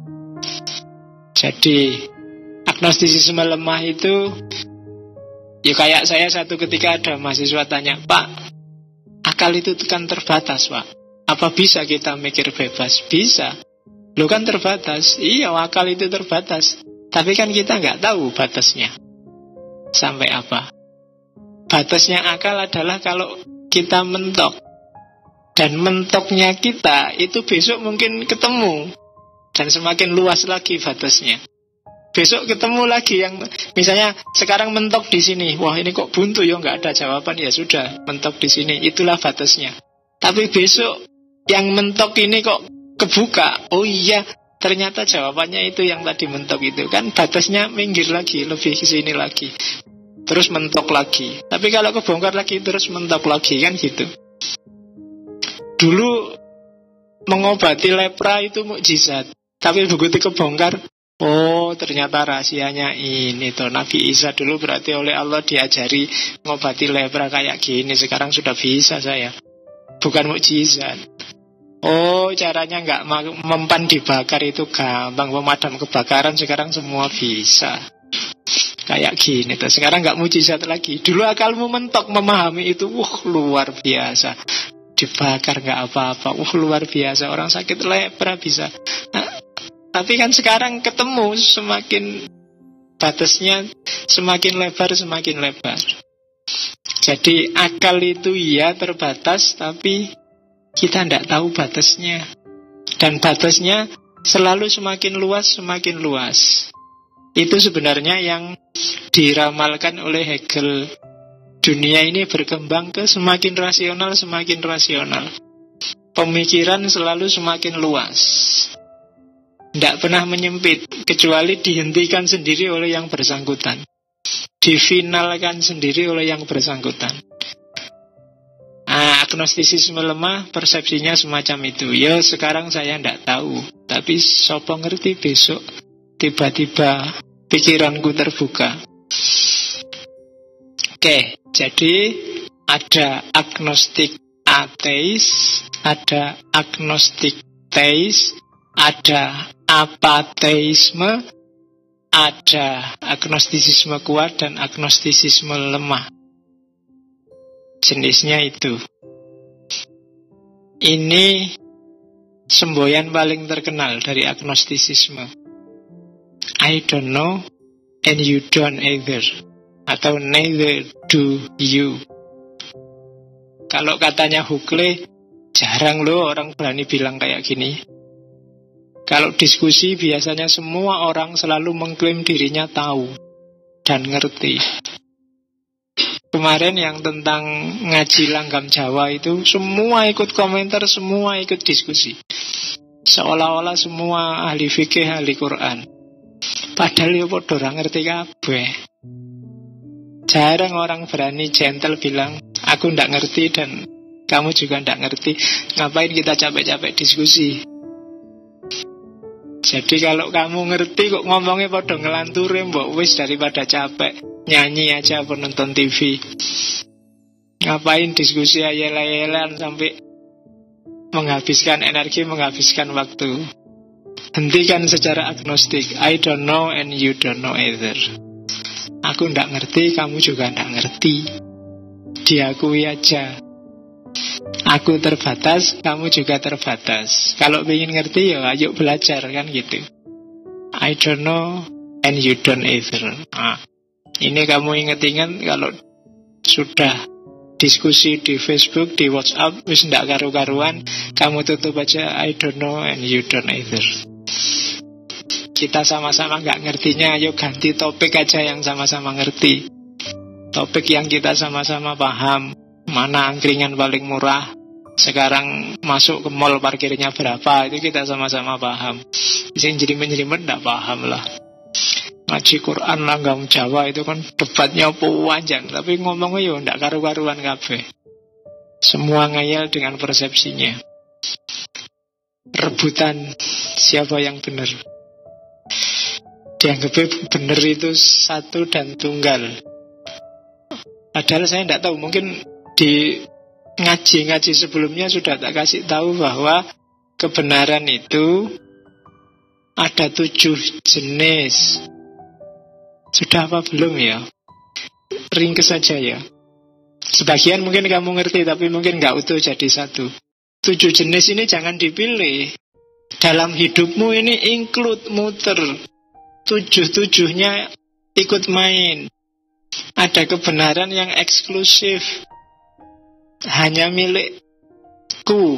Jadi agnostisisme lemah itu, ya kayak saya satu ketika ada mahasiswa tanya, Pak, akal itu kan terbatas Pak, apa bisa kita mikir bebas? Bisa. Lo kan terbatas. Iya, akal itu terbatas. Tapi kan kita nggak tahu batasnya sampai apa. Batasnya akal adalah kalau kita mentok. Dan mentoknya kita itu besok mungkin ketemu. Dan semakin luas lagi batasnya. Besok ketemu lagi yang misalnya sekarang mentok di sini. Wah, ini kok buntu ya, nggak ada jawaban. Ya sudah, mentok di sini. Itulah batasnya. Tapi besok yang mentok ini kok kebuka. Oh iya, ternyata jawabannya itu yang tadi mentok itu. Kan batasnya minggir lagi, lebih ke sini lagi. Terus mentok lagi. Tapi kalau kebongkar lagi terus mentok lagi, kan gitu. Dulu mengobati lepra itu mukjizat. Tapi begitu kebongkar, oh ternyata rahasianya ini tuh. Nabi Isa dulu berarti oleh Allah diajari mengobati lepra kayak gini. Sekarang sudah bisa saya. Bukan mukjizat. Oh caranya nggak mempan dibakar itu gampang. Pemadam kebakaran sekarang semua bisa. Kayak gini tuh. Sekarang nggak mukjizat lagi. Dulu akalmu mentok memahami itu. Wah luar biasa. Dibakar nggak apa-apa. Wah luar biasa. Orang sakit lepra bisa. Nah, tapi kan sekarang ketemu, semakin batasnya semakin lebar, semakin lebar. Jadi akal itu ya terbatas, tapi kita tidak tahu batasnya. Dan batasnya selalu semakin luas, semakin luas. Itu sebenarnya yang diramalkan oleh Hegel. Dunia ini berkembang ke semakin rasional, semakin rasional. Pemikiran selalu semakin luas. Tidak pernah menyempit, kecuali dihentikan sendiri oleh yang bersangkutan. Difinalkan sendiri oleh yang bersangkutan. Nah, agnostisisme lemah, persepsinya semacam itu. Ya, sekarang saya tidak tahu. Tapi sopo ngerti besok tiba-tiba pikiranku terbuka. Oke, jadi ada agnostik ateis, ada agnostik teis, ada apateisme, ada agnostisisme kuat dan agnostisisme lemah. Jenisnya itu. Ini semboyan paling terkenal dari agnostisisme. I don't know and you don't either, atau neither do you. Kalau katanya Huxley, jarang loh orang berani bilang kayak gini. Kalau diskusi biasanya semua orang selalu mengklaim dirinya tahu dan ngerti. Kemarin yang tentang ngaji langgam Jawa itu, semua ikut komentar, semua ikut diskusi. Seolah-olah semua ahli fikih, ahli Quran. Padahal ya padha ora ngerti kabeh. Jarang orang berani gentle bilang, aku ndak ngerti dan kamu juga ndak ngerti. Ngapain kita capek-capek diskusi? Jadi kalau kamu ngerti kok ngomongnya padha ngelanturi, mbok wis daripada capek nyanyi aja apa nonton T V. Ngapain diskusi ayel-ayelan sampai menghabiskan energi, menghabiskan waktu. Hentikan secara agnostik. I don't know and you don't know either. Aku ndak ngerti, kamu juga ndak ngerti. Diakui aja. Aku terbatas, kamu juga terbatas. Kalau ingin ngerti ya ayo belajar, kan gitu. I don't know and you don't either. Nah, ini kamu inget-inget kalau sudah diskusi di Facebook, di WhatsApp, wis ndak karu-karuan, kamu tutup aja I don't know and you don't either. Kita sama-sama gak ngertinya, ayo ganti topik aja yang sama-sama ngerti. Topik yang kita sama-sama paham. Mana angkringan paling murah, sekarang masuk ke mall parkirnya berapa, itu kita sama-sama paham. Yang jelimet-jelimet gak paham lah. Ngaji Quran langgam Jawa itu kan debatnya panjang, tapi ngomongnya ya ndak karu-karuan kabeh. Semua ngayal dengan persepsinya. Rebutan siapa yang benar. Dianggapnya benar itu satu dan tunggal. Padahal saya ndak tahu, mungkin di ngaji-ngaji sebelumnya sudah tak kasih tahu bahwa kebenaran itu ada tujuh jenis. Sudah apa belum ya? Ringkes saja ya. Sebagian mungkin kamu ngerti, tapi mungkin nggak utuh jadi satu. Tujuh jenis ini jangan dipilih. Dalam hidupmu ini include, muter. Tujuh-tujuhnya ikut main. Ada kebenaran yang eksklusif, hanya milikku.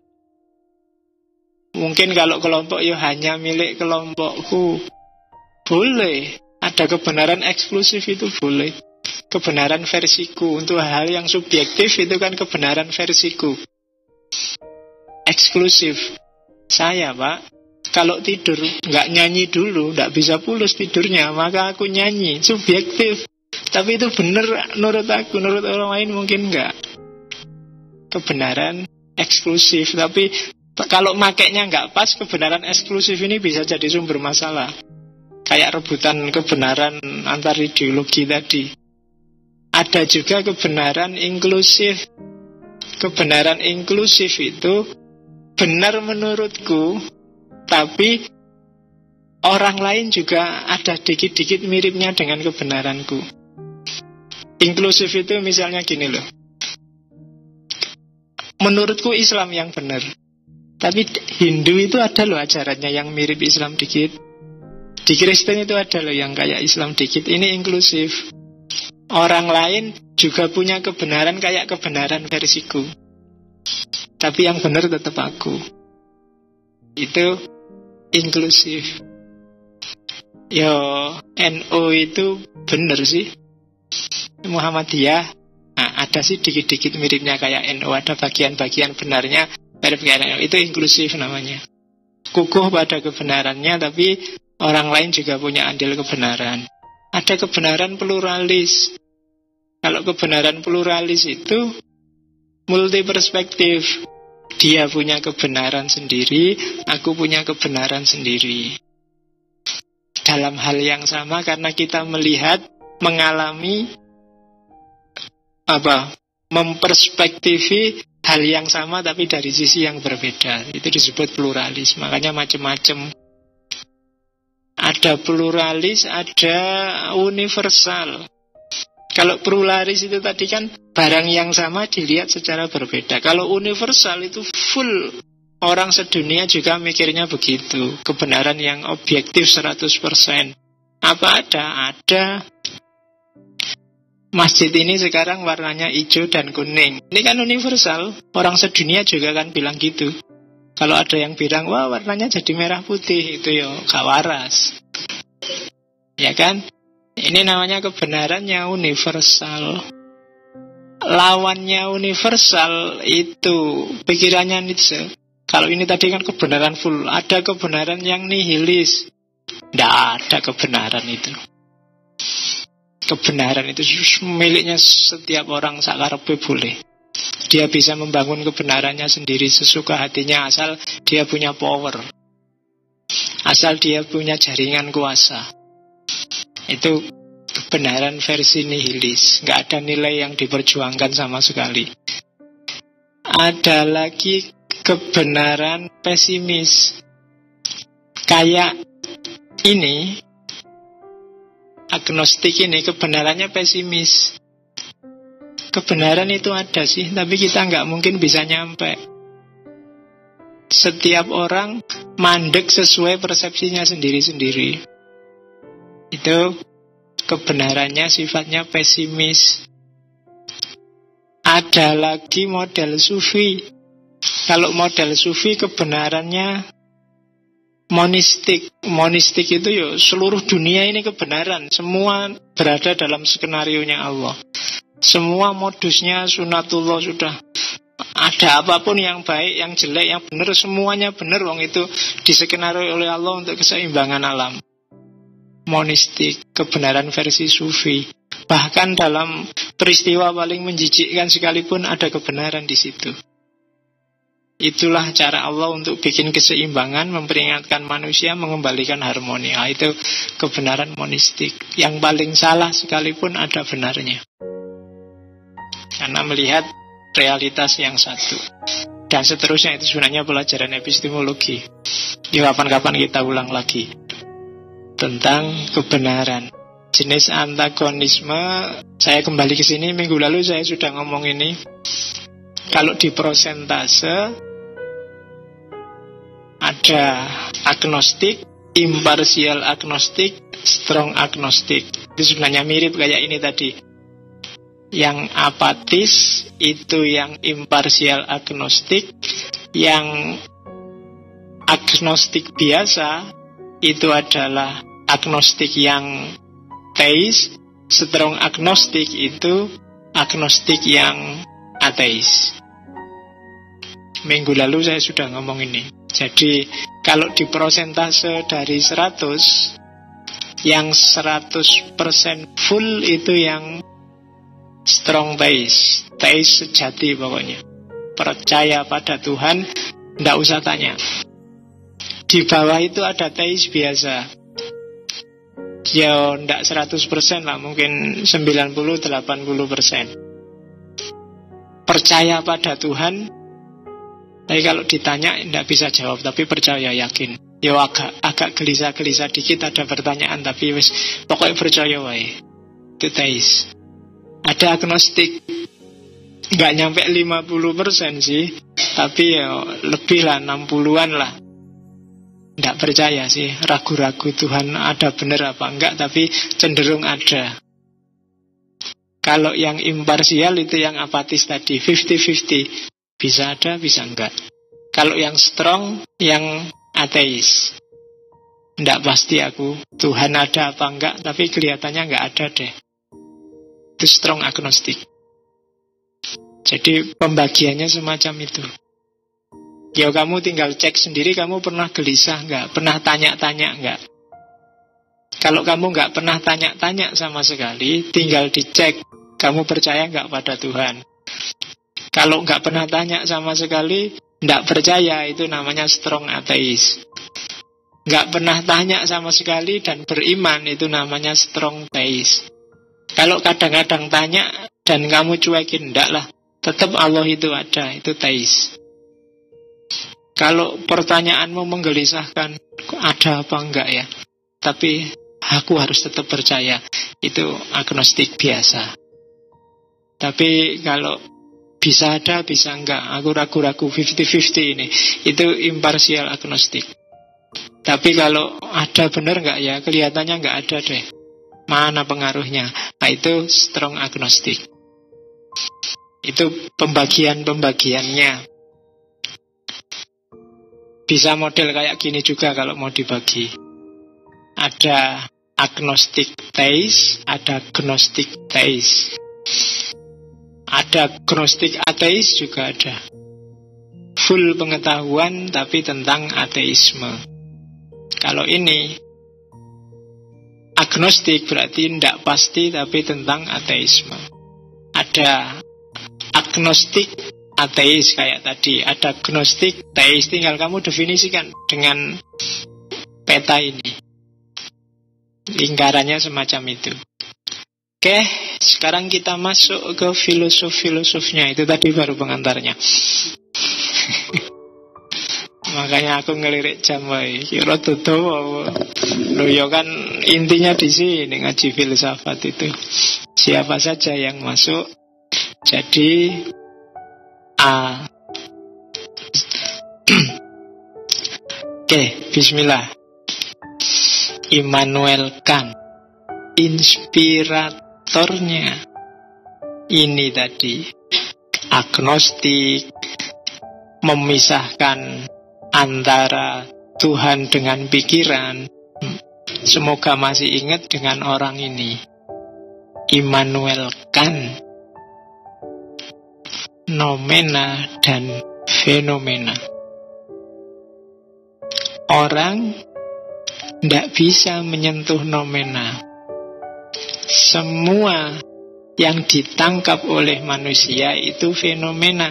Mungkin kalau kelompok ya hanya milik kelompokku. Boleh. Ada kebenaran eksklusif, itu boleh. Kebenaran versiku. Untuk hal yang subjektif itu kan kebenaran versiku. Eksklusif. Saya pak, kalau tidur nggak nyanyi dulu, nggak bisa pulas tidurnya, maka aku nyanyi. Subjektif. Tapi itu benar menurut aku, menurut orang lain mungkin nggak. Kebenaran eksklusif. Tapi kalau makainya nggak pas, kebenaran eksklusif ini bisa jadi sumber masalah. Kayak rebutan kebenaran antar ideologi tadi. Ada juga kebenaran inklusif. Kebenaran inklusif itu benar menurutku, tapi orang lain juga ada dikit-dikit miripnya dengan kebenaranku. Inklusif itu misalnya gini loh. Menurutku Islam yang benar, tapi Hindu itu ada loh ajarannya yang mirip Islam dikit. Di Kristen itu ada loh yang kayak Islam dikit. Ini inklusif. Orang lain juga punya kebenaran kayak kebenaran versiku, tapi yang benar tetap aku. Itu inklusif. Yo, N U itu benar sih. Muhammadiyah, nah, ada sih dikit-dikit miripnya kayak N U. Ada bagian-bagian benarnya dari N U. Itu inklusif namanya. Kukuh pada kebenarannya, tapi orang lain juga punya andil kebenaran. Ada kebenaran pluralis. Kalau kebenaran pluralis itu multi perspektif. Dia punya kebenaran sendiri, aku punya kebenaran sendiri. Dalam hal yang sama, karena kita melihat, mengalami, apa, memperspektifi hal yang sama tapi dari sisi yang berbeda. Itu disebut pluralis. Makanya macam-macam Ada pluralis, ada universal. Kalau pluralis itu tadi kan barang yang sama dilihat secara berbeda. Kalau universal itu full, orang sedunia juga mikirnya begitu. Kebenaran yang objektif seratus persen. Apa ada? Ada. Masjid ini sekarang warnanya hijau dan kuning. Ini kan universal. Orang sedunia juga kan bilang gitu. Kalau ada yang bilang, wah warnanya jadi merah putih, itu ya gak waras. Ya kan? Ini namanya kebenaran yang universal. Lawannya universal itu pikirannya Nietzsche. Kalau ini tadi kan kebenaran full. Ada kebenaran yang nihilis. Tidak ada kebenaran itu. Kebenaran itu miliknya setiap orang, sakarepe boleh. Dia bisa membangun kebenarannya sendiri sesuka hatinya, asal dia punya power, asal dia punya jaringan kuasa. Itu kebenaran versi nihilis. Nggak ada nilai yang diperjuangkan sama sekali. Ada lagi kebenaran pesimis. Kayak ini, agnostik ini kebenarannya pesimis. Kebenaran itu ada sih, tapi kita nggak mungkin bisa nyampe. Setiap orang mandek sesuai persepsinya sendiri-sendiri. Itu kebenarannya sifatnya pesimis. Ada lagi model sufi. Kalau model sufi kebenarannya monistik. Monistik itu ya seluruh dunia ini kebenaran. Semua berada dalam skenarionya Allah. Semua modusnya sunatullah sudah. Ada apapun yang baik, yang jelek, yang benar, semuanya benar. Wong itu diskenario oleh Allah untuk keseimbangan alam. Monistik, kebenaran versi sufi. Bahkan dalam peristiwa paling menjijikkan sekalipun ada kebenaran di situ. Itulah cara Allah untuk bikin keseimbangan, memperingatkan manusia, mengembalikan harmoni. Nah, itu kebenaran monistik. Yang paling salah sekalipun ada benarnya. Karena melihat realitas yang satu. Dan seterusnya, itu sebenarnya pelajaran epistemologi. Di kapan-kapan kita ulang lagi tentang kebenaran. Jenis antagonisme, saya kembali ke sini, minggu lalu saya sudah ngomong ini. Kalau di prosentase ada agnostik, imparsial agnostik, strong agnostik. Itu sebenarnya mirip kayak ini tadi. Yang apatis itu yang imparsial agnostik. Yang agnostik biasa itu adalah agnostik yang teis. Strong agnostik itu agnostik yang ateis. Minggu lalu saya sudah ngomong ini. Jadi kalau di prosentase dari seratus, yang seratus persen full itu yang strong teis. Teis sejati pokoknya. Percaya pada Tuhan, tidak usah tanya. Di bawah itu ada teis biasa. Ya tidak seratus persen lah, mungkin sembilan puluh sampai delapan puluh persen. Percaya pada Tuhan, tapi kalau ditanya tidak bisa jawab, tapi percaya yakin. Ya agak agak gelisah-gelisah dikit, ada pertanyaan, tapi wis pokoknya percaya wae. Itu teis. Ada agnostik, nggak nyampe lima puluh persen sih, tapi ya lebih lah, enam puluhan lah. Nggak percaya sih, ragu-ragu Tuhan ada benar apa enggak, tapi cenderung ada. Kalau yang imparsial itu yang apatis tadi, fifty fifty. Bisa ada, bisa enggak. Kalau yang strong, yang ateis. Enggak pasti aku, Tuhan ada apa enggak, tapi kelihatannya enggak ada deh. Itu strong agnostik. Jadi pembagiannya semacam itu. Ya kamu tinggal cek sendiri, kamu pernah gelisah enggak, pernah tanya-tanya enggak. Kalau kamu enggak pernah tanya-tanya sama sekali, tinggal dicek, kamu percaya enggak pada Tuhan. Kalau nggak pernah tanya sama sekali, nggak percaya, itu namanya strong ateis. Nggak pernah tanya sama sekali dan beriman, itu namanya strong teis. Kalau kadang-kadang tanya dan kamu cuekin, enggak lah, tetap Allah itu ada, itu teis. Kalau pertanyaanmu menggelisahkan, ada apa enggak ya? tapi aku harus tetap percaya. Itu agnostik biasa. Tapi kalau bisa ada, bisa enggak, aku ragu-ragu, lima puluh lima puluh ini, itu imparsial agnostik. Tapi kalau ada benar enggak ya, kelihatannya enggak ada deh. Mana pengaruhnya? Nah, itu strong agnostik. Itu pembagian-pembagiannya. Bisa model kayak gini juga kalau mau dibagi. Ada agnostik teis, ada gnostik teis. Ada gnostik ateis juga ada. Full pengetahuan tapi tentang ateisme. Kalau ini agnostik berarti tidak pasti tapi tentang ateisme. Ada agnostik ateis kayak tadi, ada gnostik teis. Tinggal kamu definisikan dengan peta ini. Lingkarannya semacam itu. Oke, sekarang kita masuk ke filosof-filosofnya. Itu tadi baru pengantarnya. Makanya aku ngelirik jam wae. Kira tutup. Loh ya kan intinya di sini ngaji filsafat itu. Siapa saja yang masuk. Jadi A. Oke, bismillah. Immanuel Kant, inspiratornya ini tadi, agnostik, memisahkan antara Tuhan dengan pikiran. Semoga masih ingat dengan orang ini, Immanuel Kant. Nomena dan fenomena. Orang tidak bisa menyentuh nomena. Semua yang ditangkap oleh manusia itu fenomena.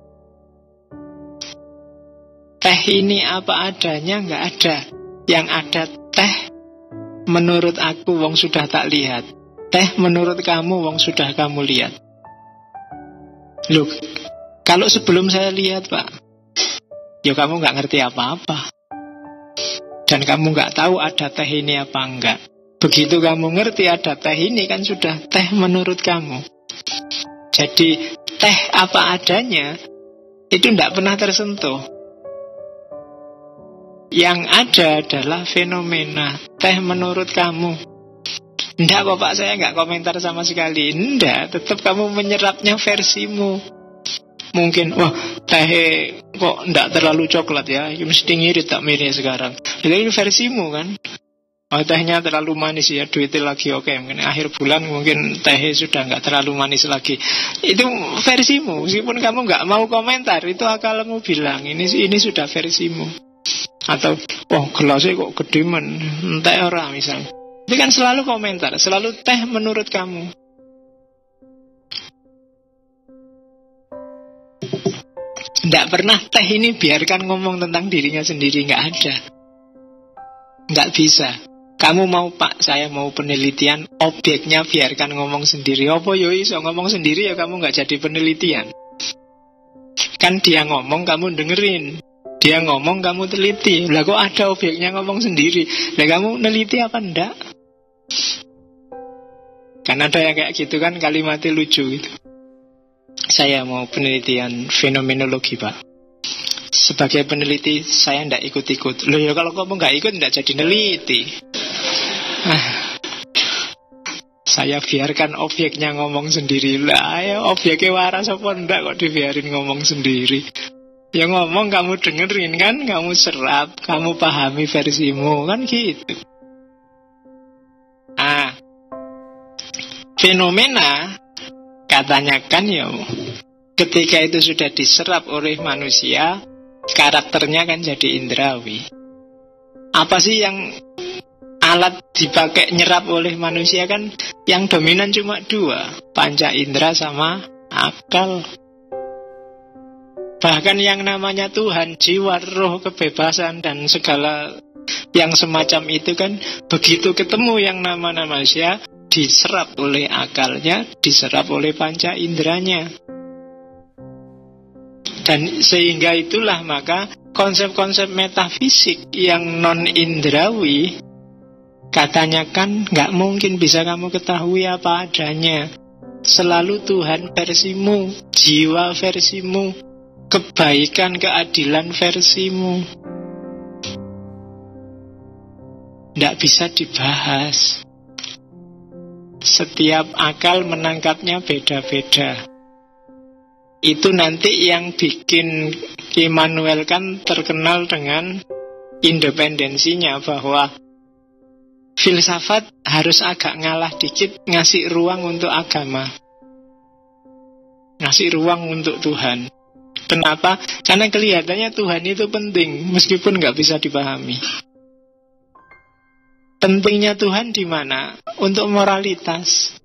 Teh ini apa adanya, nggak ada. Yang ada teh menurut aku wong sudah tak lihat. Teh menurut kamu wong sudah kamu lihat. Loh, kalau sebelum saya lihat Pak, ya kamu nggak ngerti apa-apa. Dan kamu nggak tahu ada teh ini apa enggak. Begitu kamu ngerti ada teh ini, kan sudah teh menurut kamu. Jadi teh apa adanya itu tidak pernah tersentuh. Yang ada adalah fenomena. Teh menurut kamu. Tidak kok Pak, saya nggak komentar sama sekali. Tidak, tetap kamu menyerapnya versimu. Mungkin, wah teh kok tidak terlalu coklat ya, mesti ngirit tak milih sekarang. Jadi ini versimu kan. Oh tehnya terlalu manis ya, duitnya lagi oke. Mungkin akhir bulan mungkin teh sudah nggak terlalu manis lagi. Itu versimu, meskipun kamu nggak mau komentar, itu akalmu bilang ini ini sudah versimu. Atau, oh gelasnya kok gede men, teh ora misalnya. Itu kan selalu komentar, selalu teh menurut kamu. Tidak pernah teh ini biarkan ngomong tentang dirinya sendiri, nggak ada. Nggak bisa. Kamu mau Pak, saya mau penelitian, objeknya biarkan ngomong sendiri. Apa yo iso ngomong sendiri ya kamu nggak jadi penelitian. Kan dia ngomong kamu dengerin, dia ngomong kamu teliti. Lah kok ada objeknya ngomong sendiri? Lah kamu neliti apa enggak? Kan ada yang kayak gitu kan, kalimatnya lucu gitu. Saya mau penelitian fenomenologi Pak. Sebagai peneliti saya tidak ikut-ikut. Loh ya kalau kamu nggak ikut tidak jadi neliti. ah. Saya biarkan objeknya ngomong sendiri. Lah ya objeknya waras apa enggak kok dibiarin ngomong sendiri. Ya ngomong kamu dengerin kan, kamu serap, kamu pahami versimu kan gitu. Ah, fenomena katanya kan ya, ketika itu sudah diserap oleh manusia, karakternya kan jadi indrawi. Apa sih yang alat dipakai nyerap oleh manusia kan? Yang dominan cuma dua, panca indera sama akal. Bahkan yang namanya Tuhan, jiwa, roh, kebebasan dan segala yang semacam itu kan, begitu ketemu yang nama manusia, diserap oleh akalnya, diserap oleh panca inderanya. Dan sehingga itulah maka konsep-konsep metafisik yang non-indrawi Katanya kan nggak mungkin bisa kamu ketahui apa adanya. Selalu Tuhan versimu, jiwa versimu, kebaikan, keadilan versimu. Nggak bisa dibahas. Setiap akal menangkapnya beda-beda. Itu nanti yang bikin Immanuel kan terkenal dengan independensinya, bahwa filsafat harus agak ngalah dikit, ngasih ruang untuk agama, ngasih ruang untuk Tuhan. Kenapa? Karena kelihatannya Tuhan itu penting, meskipun nggak bisa dipahami. Pentingnya Tuhan di mana? Untuk moralitas.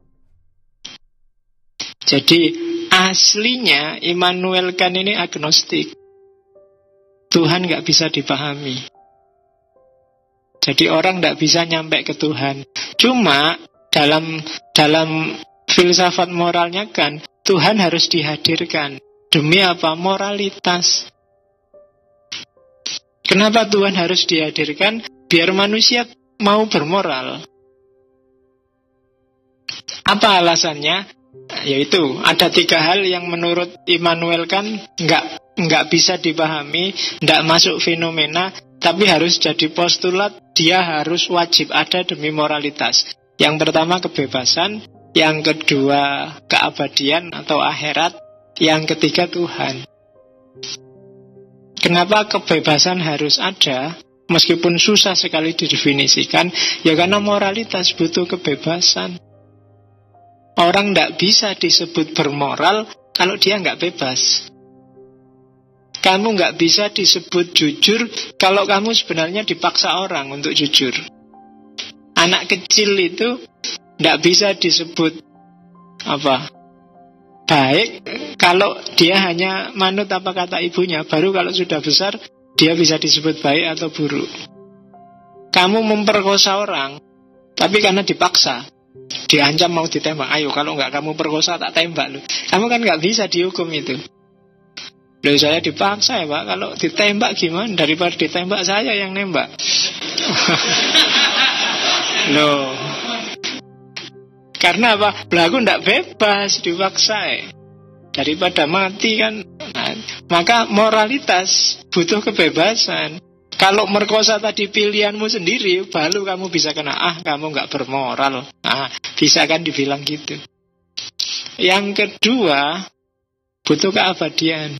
Jadi aslinya Immanuel Kant ini agnostik. Tuhan nggak bisa dipahami. Jadi orang nggak bisa nyampe ke Tuhan. Cuma dalam dalam filsafat moralnya kan Tuhan harus dihadirkan. Demi apa? Moralitas. Kenapa Tuhan harus dihadirkan? Biar manusia mau bermoral. Apa alasannya? Yaitu ada tiga hal yang menurut Immanuel kan nggak nggak bisa dipahami, nggak masuk fenomena, tapi harus jadi postulat. Dia harus wajib ada demi moralitas. Yang pertama kebebasan, yang kedua keabadian atau akhirat, yang ketiga Tuhan. Kenapa kebebasan harus ada? Meskipun susah sekali didefinisikan, ya karena moralitas butuh kebebasan. Orang tidak bisa disebut bermoral kalau dia nggak bebas. Kamu nggak bisa disebut jujur kalau kamu sebenarnya dipaksa orang untuk jujur. Anak kecil itu nggak bisa disebut apa baik kalau dia hanya manut apa kata ibunya. Baru kalau sudah besar dia bisa disebut baik atau buruk. Kamu memperkosa orang, tapi karena dipaksa, diancam mau ditembak, ayo kalau nggak kamu perkosa tak tembak lu. Kamu kan nggak bisa dihukum itu. Loh saya dipaksa ya Pak, kalau ditembak gimana? Daripada ditembak saya yang nembak. Loh, karena apa? Lah aku nggak bebas, dipaksa ya. Daripada mati kan. Nah, maka moralitas butuh kebebasan. Kalau merkosa tadi pilihanmu sendiri, baru kamu bisa kena, ah kamu nggak bermoral. Nah, bisa kan dibilang gitu. Yang kedua, butuh keabadian.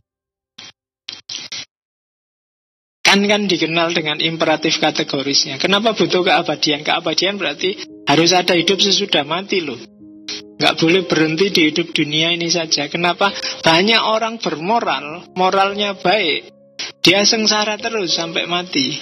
Kan kan dikenal dengan imperatif kategorisnya. Kenapa butuh keabadian? Keabadian berarti harus ada hidup sesudah mati loh. Nggak boleh berhenti di hidup dunia ini saja. Kenapa? Banyak orang bermoral, moralnya baik, dia sengsara terus sampai mati.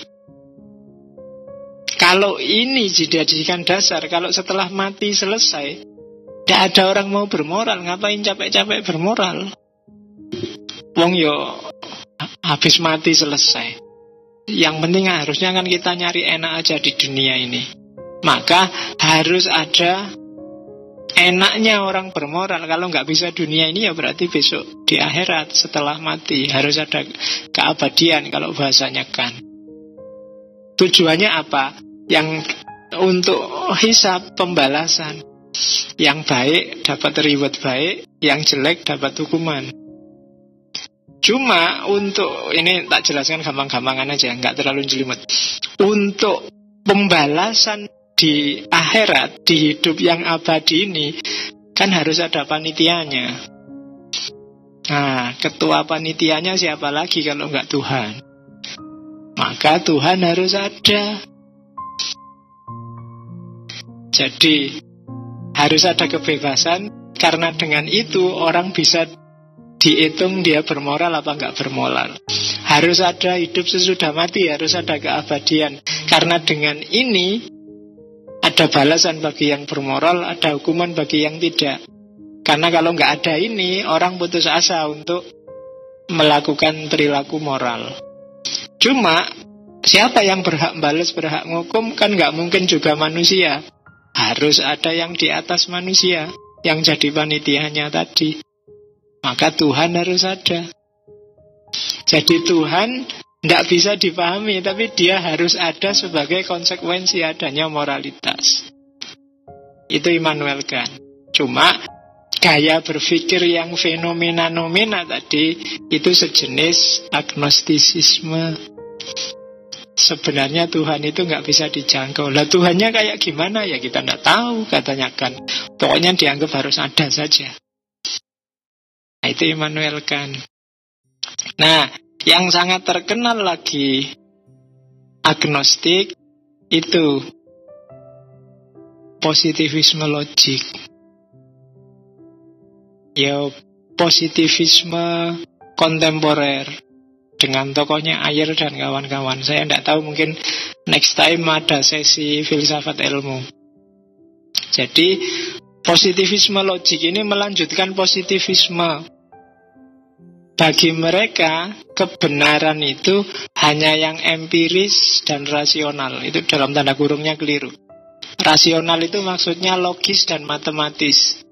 Kalau ini dijadikan dasar, kalau setelah mati selesai tidak ada orang mau bermoral, ngapain capek-capek bermoral? Wong yo habis mati selesai. Yang penting harusnya kan kita nyari enak aja di dunia ini. Maka harus ada enaknya orang bermoral. Kalau nggak bisa dunia ini ya berarti besok di akhirat setelah mati harus ada keabadian kalau bahasanya kan. Tujuannya apa? Yang untuk hisab, pembalasan. Yang baik dapat reward baik, yang jelek dapat hukuman. Cuma untuk ini tak jelaskan gampang-gampangan aja, nggak terlalu jelimet. Untuk pembalasan di akhirat, di hidup yang abadi ini, kan harus ada panitianya. Nah, ketua panitianya siapa lagi kalau nggak Tuhan? Maka Tuhan harus ada. Jadi harus ada kebebasan, karena dengan itu orang bisa dihitung dia bermoral apa nggak bermoral. Harus ada hidup sesudah mati, harus ada keabadian. Karena dengan ini ada balasan bagi yang bermoral, ada hukuman bagi yang tidak. Karena kalau nggak ada ini, orang putus asa untuk melakukan perilaku moral. Cuma siapa yang berhak balas, berhak ngukum? Kan nggak mungkin juga manusia. Harus ada yang di atas manusia, yang jadi panitianya tadi. Maka Tuhan harus ada. Jadi Tuhan Tidak bisa dipahami, tapi dia harus ada sebagai konsekuensi adanya moralitas. Itu Immanuel Kant. Cuma gaya berpikir yang fenomena-nomena tadi itu sejenis agnostisisme. Sebenarnya Tuhan itu nggak bisa dijangkau. Lah Tuhannya kayak gimana ya kita nggak tahu, katanya Kant. Pokoknya dianggap harus ada saja. Nah, itu Immanuel Kant. Nah, yang sangat terkenal lagi agnostik itu positivisme logik. Ya, positivisme kontemporer dengan tokohnya Ayer dan kawan-kawan. Saya tidak tahu, mungkin next time ada sesi filsafat ilmu. Jadi positivisme logik ini melanjutkan positivisme. Bagi mereka, kebenaran itu hanya yang empiris dan rasional. Itu dalam tanda kurungnya keliru. Rasional itu maksudnya logis dan matematis.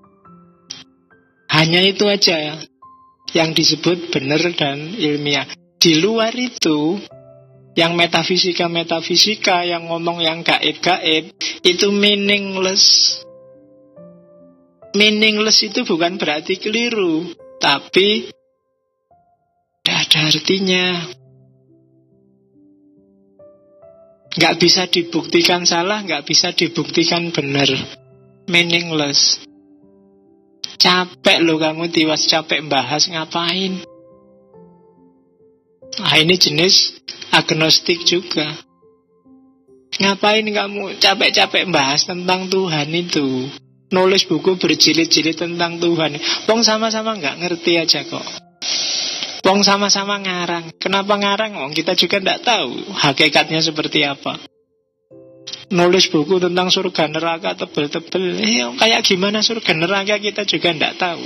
Hanya itu aja yang disebut benar dan ilmiah. Di luar itu, yang metafisika-metafisika, yang ngomong yang gaib-gaib, itu meaningless. Meaningless itu bukan berarti keliru, tapi tidak ada artinya. Nggak bisa dibuktikan salah, nggak bisa dibuktikan benar. Meaningless. Capek loh kamu tiwas capek bahas ngapain. Nah, ini jenis agnostik juga. Ngapain kamu capek-capek bahas tentang Tuhan itu? Nulis buku berjilid-jilid tentang Tuhan. Wong sama-sama nggak ngerti aja kok. Wong sama-sama ngarang. Kenapa ngarang? Wong kita juga tidak tahu hakikatnya seperti apa. Nulis buku tentang surga neraka tebel-tebel, eh, kayak gimana surga neraka kita juga tidak tahu.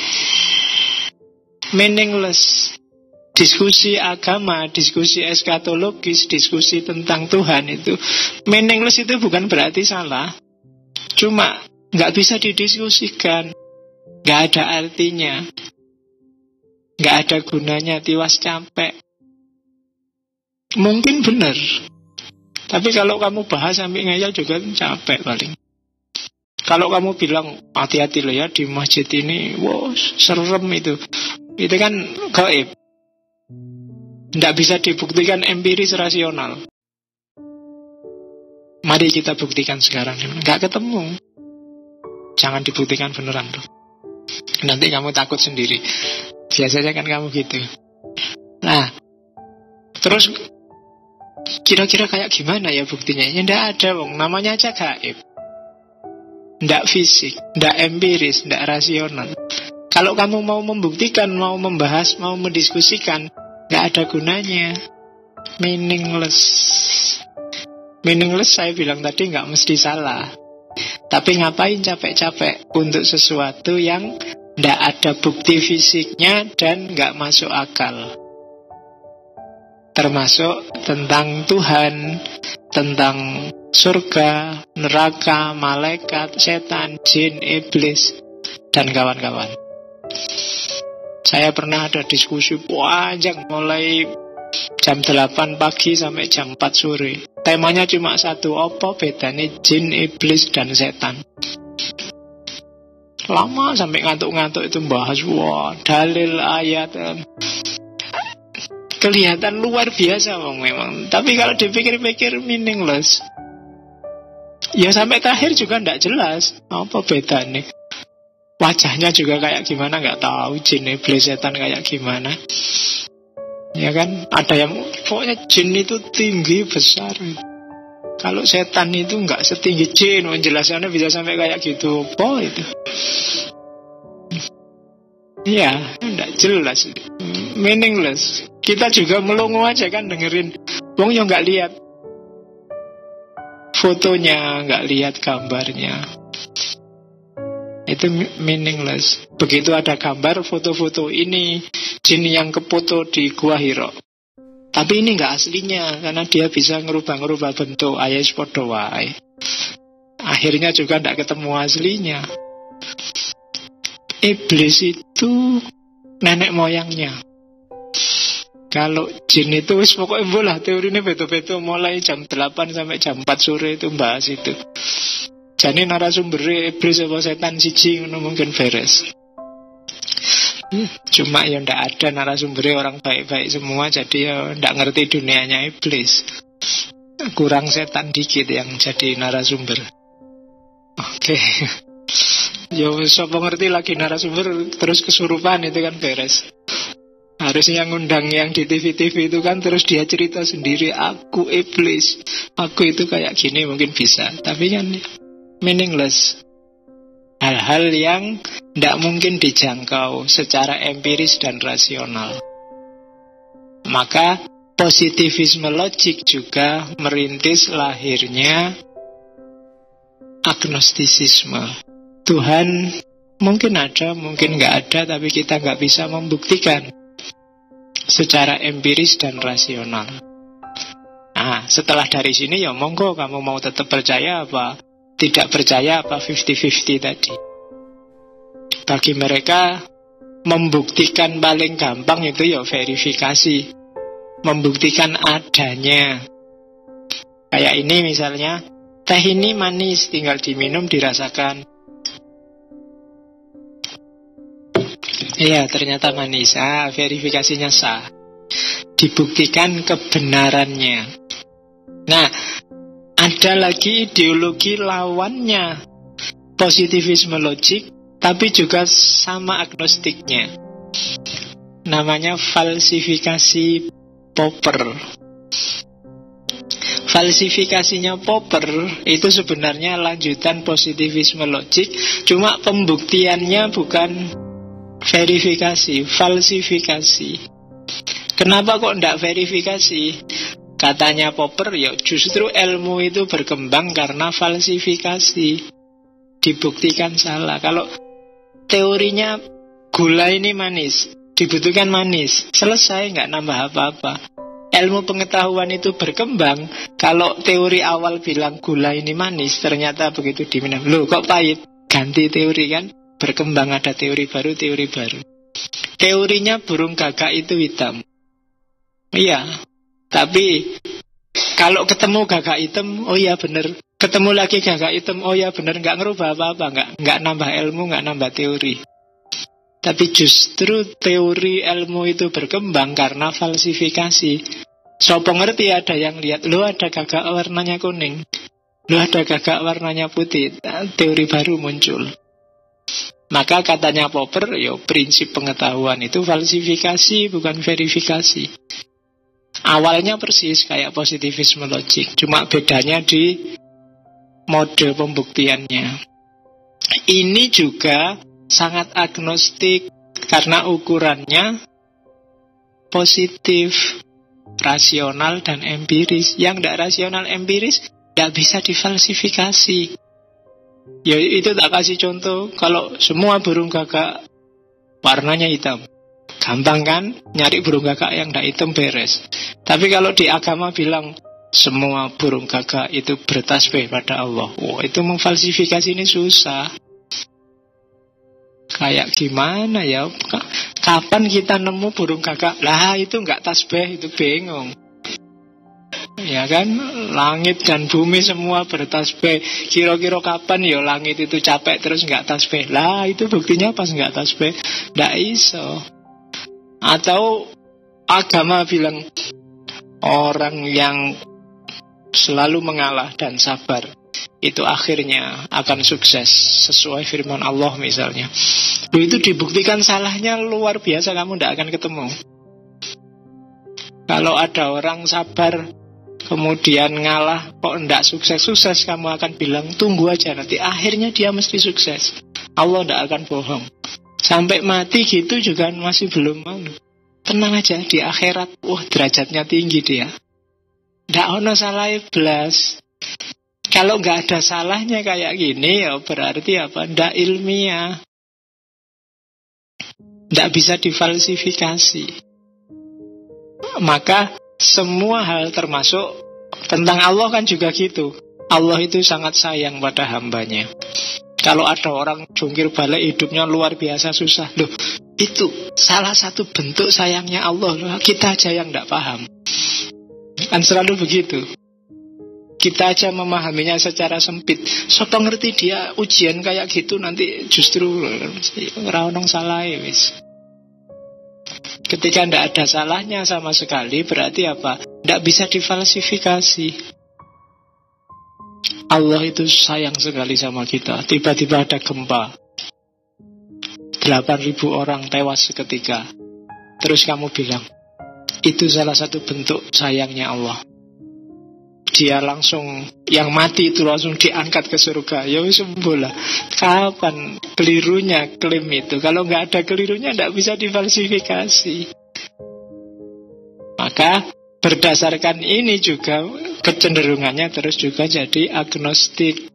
Meaningless. Diskusi agama, diskusi eskatologis, diskusi tentang Tuhan itu meaningless, itu bukan berarti salah. Cuma nggak bisa didiskusikan, nggak ada artinya, nggak ada gunanya, tiwas capek. Mungkin benar, tapi kalau kamu bahas sampai ngeyel juga capek paling. Kalau kamu bilang hati-hati loh ya di masjid ini, wow serem itu, itu kan gaib, nggak bisa dibuktikan empiris rasional. Mari kita buktikan sekarang. Nggak ketemu, jangan dibuktikan beneran loh. Nanti kamu takut sendiri. Biasanya kan kamu gitu. Nah, terus kira-kira kayak gimana ya buktinya? Ya ndak ada, wong namanya aja gaib. Ndak fisik, ndak empiris, ndak rasional. Kalau kamu mau membuktikan, mau membahas, mau mendiskusikan, nggak ada gunanya. Meaningless. Meaningless saya bilang tadi nggak mesti salah. Tapi ngapain capek-capek untuk sesuatu yang ndak ada bukti fisiknya dan nggak masuk akal. Termasuk tentang Tuhan, tentang surga, neraka, malaikat, setan, jin, iblis, dan kawan-kawan. Saya pernah ada diskusi panjang mulai jam delapan pagi sampai jam empat sore. Temanya cuma satu, apa bedanya jin, iblis, dan setan. Lama sampai ngantuk-ngantuk itu bahas, wah dalil ayat, kelihatan luar biasa wong memang. Tapi kalau dipikir-pikir meaningless. Ya sampai terakhir juga ndak jelas apa bedanya. Wajahnya juga kayak gimana nggak tahu, jin, iblis, setan kayak gimana. Ya kan, ada yang pokoknya jin itu tinggi besar. Kalau setan itu nggak setinggi jin, penjelasannya bisa sampai kayak gitu. Apa itu? Iya, nggak jelas, meaningless. Kita juga melongo aja kan dengerin. Wong yang nggak lihat fotonya, nggak lihat gambarnya. Itu meaningless. Begitu ada gambar foto-foto ini jin yang kefoto di Gua Hiro, tapi ini nggak aslinya karena dia bisa ngerubah-ngerubah bentuk. Ayah podo wae. Akhirnya juga nggak ketemu aslinya. Iblis itu nenek moyangnya. Kalau jin itu wis pokoknya bola teorinya betul-betul mulai jam delapan sampai jam empat sore itu bahas itu. Jadi narasumber iblis apa setan siji ngono mungkin beres. Cuma ya ndak ada narasumbernya orang baik-baik semua, jadi ya ndak ngerti dunianya iblis. Kurang setan dikit yang jadi narasumber. Oke. Okay. Ya sapa ngerti lagi narasumber terus kesurupan itu kan beres. Harusnya ngundang yang di T V-T V itu kan terus dia cerita sendiri, aku iblis, aku itu kayak gini mungkin bisa. Tapi kan meaningless. Hal-hal yang tidak mungkin dijangkau secara empiris dan rasional. Maka positivisme logik juga merintis lahirnya agnostisisme. Tuhan mungkin ada, mungkin nggak ada, tapi kita nggak bisa membuktikan secara empiris dan rasional. Nah, setelah dari sini ya monggo kamu mau tetap percaya apa tidak percaya apa fifty-fifty tadi. Bagi mereka membuktikan paling gampang itu ya verifikasi, membuktikan adanya. Kayak ini misalnya, teh ini manis, tinggal diminum dirasakan. Iya, ternyata manis. Ah, verifikasinya sah. Dibuktikan kebenarannya. Nah, ada lagi ideologi lawannya positivisme logik, tapi juga sama agnostiknya. Namanya falsifikasi Popper. Falsifikasinya Popper itu sebenarnya lanjutan positivisme logik, cuma pembuktiannya bukan verifikasi, falsifikasi. Kenapa kok tidak verifikasi? Katanya Popper, ya justru ilmu itu berkembang karena falsifikasi. Dibuktikan salah. Kalau teorinya gula ini manis, dibutuhkan manis, selesai, nggak nambah apa-apa. Ilmu pengetahuan itu berkembang kalau teori awal bilang gula ini manis, ternyata begitu diminum, loh kok pahit, ganti teori kan. Berkembang, ada teori baru, teori baru. Teorinya burung gagak itu hitam. Iya, tapi kalau ketemu gagak hitam, oh iya bener. Ketemu lagi gagak hitam, oh iya bener. Nggak ngerubah apa-apa, nggak, nggak nambah ilmu, nggak nambah teori. Tapi justru teori ilmu itu berkembang karena falsifikasi. Sopo ngerti ada yang lihat, lo ada gagak warnanya kuning, lo ada gagak warnanya putih. Nah, teori baru muncul. Maka katanya Popper, yo prinsip pengetahuan itu falsifikasi bukan verifikasi. Awalnya persis kayak positivisme logik, cuma bedanya di mode pembuktiannya. Ini juga sangat agnostik karena ukurannya positif, rasional dan empiris. Yang tidak rasional empiris tidak bisa difalsifikasi. Ya itu tak kasih contoh. Kalau semua burung gagak warnanya hitam, gampang kan nyari burung gagak yang tidak hitam beres. Tapi kalau di agama bilang semua burung gagak itu bertasbih pada Allah, wah, itu memfalsifikasi ini susah. Kayak gimana ya? Kapan kita nemu burung gagak? Lah itu nggak tasbih, itu bingung. Ya kan, langit dan bumi semua bertasbih. Kira-kira kapan ya langit itu capek terus nggak tasbih? Lah itu buktinya pas nggak tasbih. Nggak iso. Atau agama bilang orang yang selalu mengalah dan sabar itu akhirnya akan sukses sesuai firman Allah misalnya. Loh, itu dibuktikan salahnya luar biasa, kamu tidak akan ketemu. Kalau ada orang sabar kemudian ngalah kok tidak sukses-sukses, kamu akan bilang tunggu aja nanti akhirnya dia mesti sukses. Allah tidak akan bohong. Sampai mati gitu juga masih belum mau. Tenang aja, di akhirat wah derajatnya tinggi dia. Tidak ono salah belas. Kalau nggak ada salahnya kayak gini, ya berarti apa? Tidak ilmiah. Tidak bisa difalsifikasi. Maka semua hal termasuk tentang Allah kan juga gitu. Allah itu sangat sayang pada hambanya. Kalau ada orang jungkir balik hidupnya luar biasa susah, loh Itu salah satu bentuk sayangnya Allah. Kita aja yang tidak paham. Kan selalu begitu. Kita aja memahaminya secara sempit. Sopo ngerti dia ujian kayak gitu nanti justru ora ono salahe wis. Ketika tidak ada salahnya sama sekali, berarti apa? Tidak bisa difalsifikasi. Allah itu sayang sekali sama kita. Tiba-tiba ada gempa, delapan ribu orang tewas seketika. Terus kamu bilang, itu salah satu bentuk sayangnya Allah. Dia langsung, yang mati itu langsung diangkat ke surga. Ya wis sembola. Kapan kelirunya klaim itu? Kalau nggak ada kelirunya, nggak bisa difalsifikasi. Maka berdasarkan ini juga kecenderungannya terus juga jadi agnostik.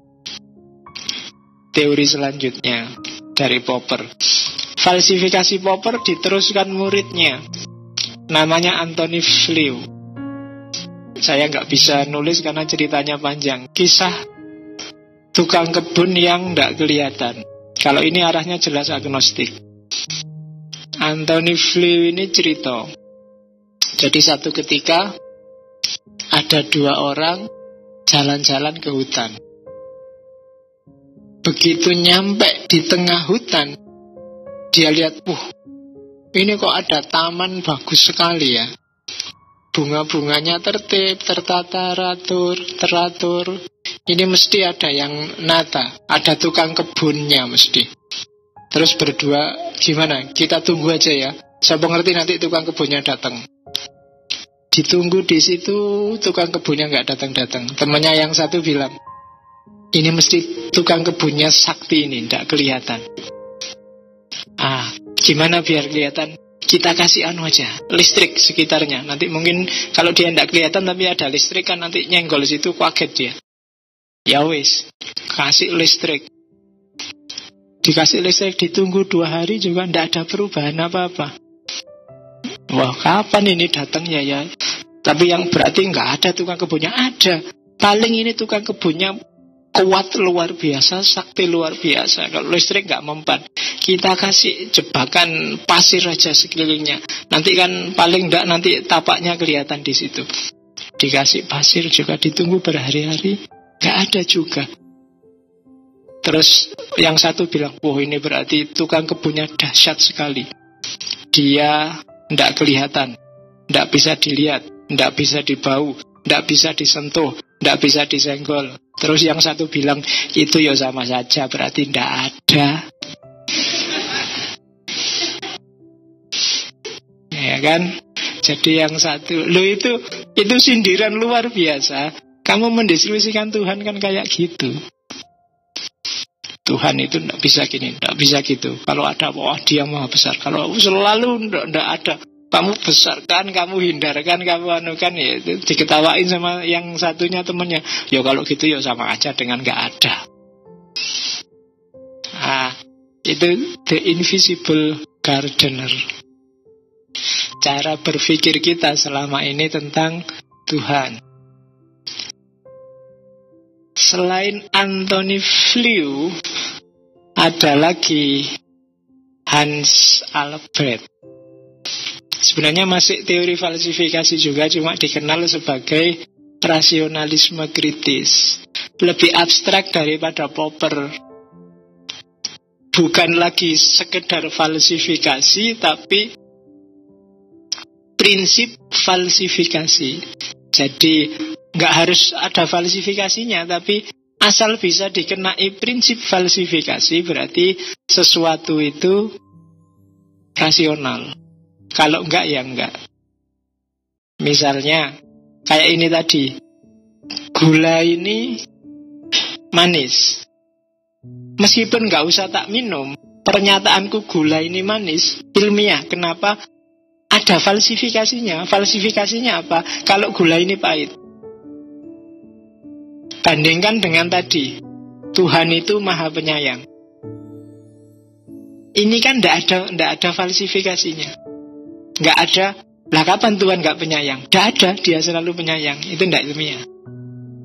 Teori selanjutnya dari Popper. Falsifikasi Popper diteruskan muridnya, namanya Anthony Flew. Saya nggak bisa nulis karena ceritanya panjang. Kisah tukang kebun yang nggak kelihatan. Kalau ini arahnya jelas agnostik. Anthony Flew ini cerita. Jadi satu ketika ada dua orang jalan-jalan ke hutan. Begitu nyampe di tengah hutan, dia lihat, wah, ini kok ada taman bagus sekali ya. Bunga-bunganya tertib, tertata, teratur, teratur. Ini mesti ada yang nata, ada tukang kebunnya mesti. Terus berdua, gimana? Kita tunggu aja ya. Siapa ngerti nanti tukang kebunnya datang. Ditunggu di situ, tukang kebunnya nggak datang-datang. Temannya yang satu bilang, ini mesti tukang kebunnya sakti ini, tidak kelihatan. Ah, gimana biar kelihatan? Kita kasih anu aja, listrik sekitarnya. Nanti mungkin kalau dia tidak kelihatan tapi ada listrik kan nanti nyenggol situ kaget dia. Ya wis, kasih listrik. Dikasih listrik, ditunggu dua hari juga tidak ada perubahan apa-apa. Wah, kapan ini datangnya ya? Tapi yang berarti nggak ada tukang kebunnya. Ada. Paling ini tukang kebunnya kuat luar biasa, sakti luar biasa. Kalau listrik nggak mempan, kita kasih jebakan pasir aja sekelilingnya. Nanti kan paling nggak nanti tapaknya kelihatan di situ. Dikasih pasir juga, ditunggu berhari-hari, nggak ada juga. Terus yang satu bilang, wah ini berarti tukang kebunnya dahsyat sekali. Dia nggak kelihatan, nggak bisa dilihat, nggak bisa dibau, nggak bisa disentuh, nggak bisa disenggol. Terus yang satu bilang, itu ya sama saja, berarti nggak ada. Ya kan? Jadi yang satu, lo itu itu sindiran luar biasa. Kamu mendeskripsikan Tuhan kan kayak gitu. Tuhan itu tidak bisa gini, tidak bisa gitu. Kalau ada, wah dia maha besar. Kalau selalu tidak ada, kamu besarkan, kamu hindarkan, kamu anukan, ya itu diketawain sama yang satunya temennya. Ya kalau gitu ya sama aja dengan nggak ada. Ah, itu the invisible gardener. Cara berpikir kita selama ini tentang Tuhan. Selain Anthony Flew, ada lagi Hans Albrecht. Sebenarnya masih teori falsifikasi juga, cuma dikenal sebagai rasionalisme kritis. Lebih abstrak daripada Popper. Bukan lagi sekedar falsifikasi, tapi prinsip falsifikasi. Jadi nggak harus ada falsifikasinya, tapi asal bisa dikenai prinsip falsifikasi berarti sesuatu itu rasional. Kalau enggak ya enggak. Misalnya kayak ini tadi, gula ini manis. Meskipun nggak usah tak minum, pernyataanku gula ini manis ilmiah. Kenapa? Ada falsifikasinya. Falsifikasinya apa? Kalau gula ini pahit. Bandingkan dengan tadi, Tuhan itu maha penyayang. Ini kan tidak ada, tidak ada falsifikasinya. Nggak ada. Lah kapan Tuhan nggak penyayang? Tidak ada, dia selalu penyayang. Itu tidak ilmiah.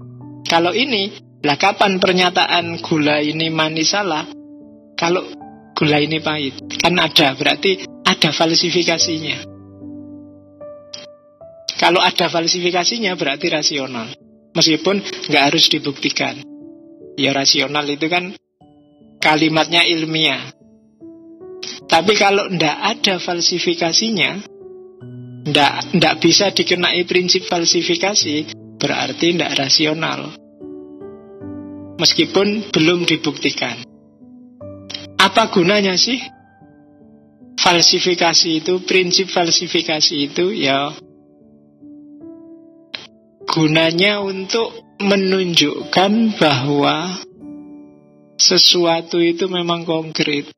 Kalau ini, lah kapan pernyataan gula ini manis salah? Kalau gula ini pahit. Kan ada, berarti ada falsifikasinya. Kalau ada falsifikasinya berarti rasional. Meskipun nggak harus dibuktikan. Ya rasional itu kan kalimatnya ilmiah. Tapi kalau ndak ada falsifikasinya, ndak, ndak bisa dikenai prinsip falsifikasi, berarti ndak rasional. Meskipun belum dibuktikan. Apa gunanya sih falsifikasi itu, prinsip falsifikasi itu? Ya gunanya untuk menunjukkan bahwa sesuatu itu memang konkret,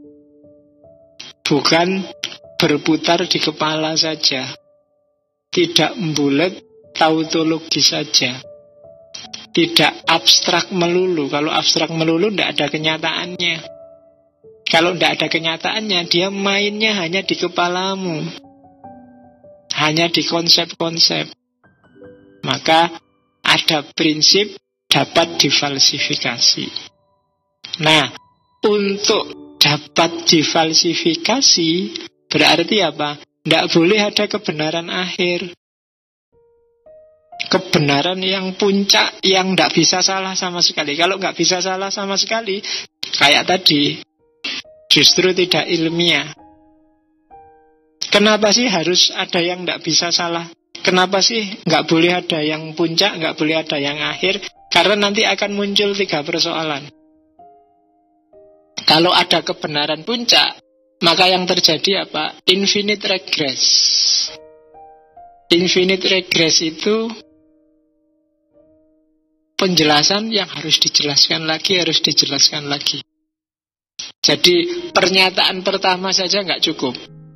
bukan berputar di kepala saja, tidak membulat tautologi saja, tidak abstrak melulu. Kalau abstrak melulu tidak ada kenyataannya. Kalau tidak ada kenyataannya, dia mainnya hanya di kepalamu, hanya di konsep-konsep. Maka ada prinsip dapat difalsifikasi. Nah, untuk dapat difalsifikasi berarti apa? Tidak boleh ada kebenaran akhir, kebenaran yang puncak, yang tidak bisa salah sama sekali. Kalau nggak bisa salah sama sekali, kayak tadi, justru tidak ilmiah. Kenapa sih harus ada yang tidak bisa salah? Kenapa sih nggak boleh ada yang puncak, nggak boleh ada yang akhir? Karena nanti akan muncul tiga persoalan. Kalau ada kebenaran puncak, maka yang terjadi apa? Infinite regress. Infinite regress itu penjelasan yang harus dijelaskan lagi, harus dijelaskan lagi. Jadi pernyataan pertama saja nggak cukup.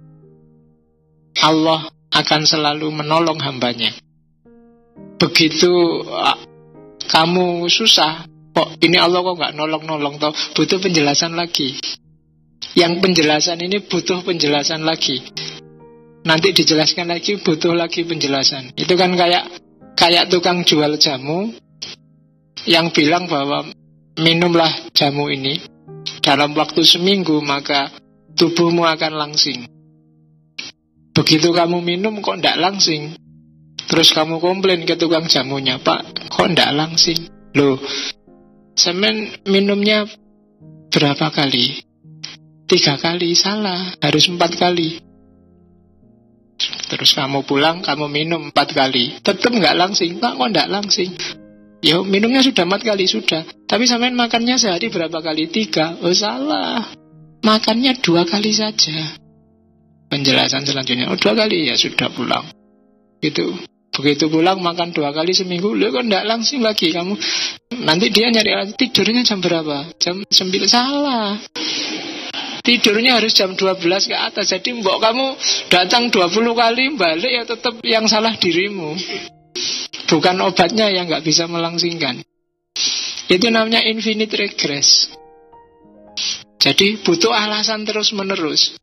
Allah akan selalu menolong hambanya. Begitu uh, kamu susah, kok ini Allah kok nggak nolong-nolong, toh butuh penjelasan lagi. Yang penjelasan ini butuh penjelasan lagi. Nanti dijelaskan lagi, butuh lagi penjelasan. Itu kan kayak kayak tukang jual jamu yang bilang bahwa minumlah jamu ini dalam waktu seminggu maka tubuhmu akan langsing. Begitu kamu minum kok ndak langsing, terus kamu komplain ke tukang jamunya, Pak, kok ndak langsing? Loh, semen minumnya berapa kali? Tiga kali, salah, harus empat kali. Terus kamu pulang, kamu minum empat kali, tetap nggak langsing, Pak, kok ndak langsing? Ya minumnya sudah empat kali, sudah. Tapi semen makannya sehari berapa kali? Tiga. Oh salah, makannya dua kali saja. Penjelasan selanjutnya, oh dua kali, ya sudah pulang. Gitu. Begitu pulang makan dua kali seminggu, lo kok ndak langsing lagi kamu? Nanti dia nyari lagi, tidurnya jam berapa? Jam sembilan, salah. Tidurnya harus jam dua belas ke atas. Jadi mbok kamu datang dua puluh kali balik ya tetap yang salah dirimu. Bukan obatnya yang nggak bisa melangsingkan. Itu namanya infinite regress. Jadi butuh alasan terus menerus.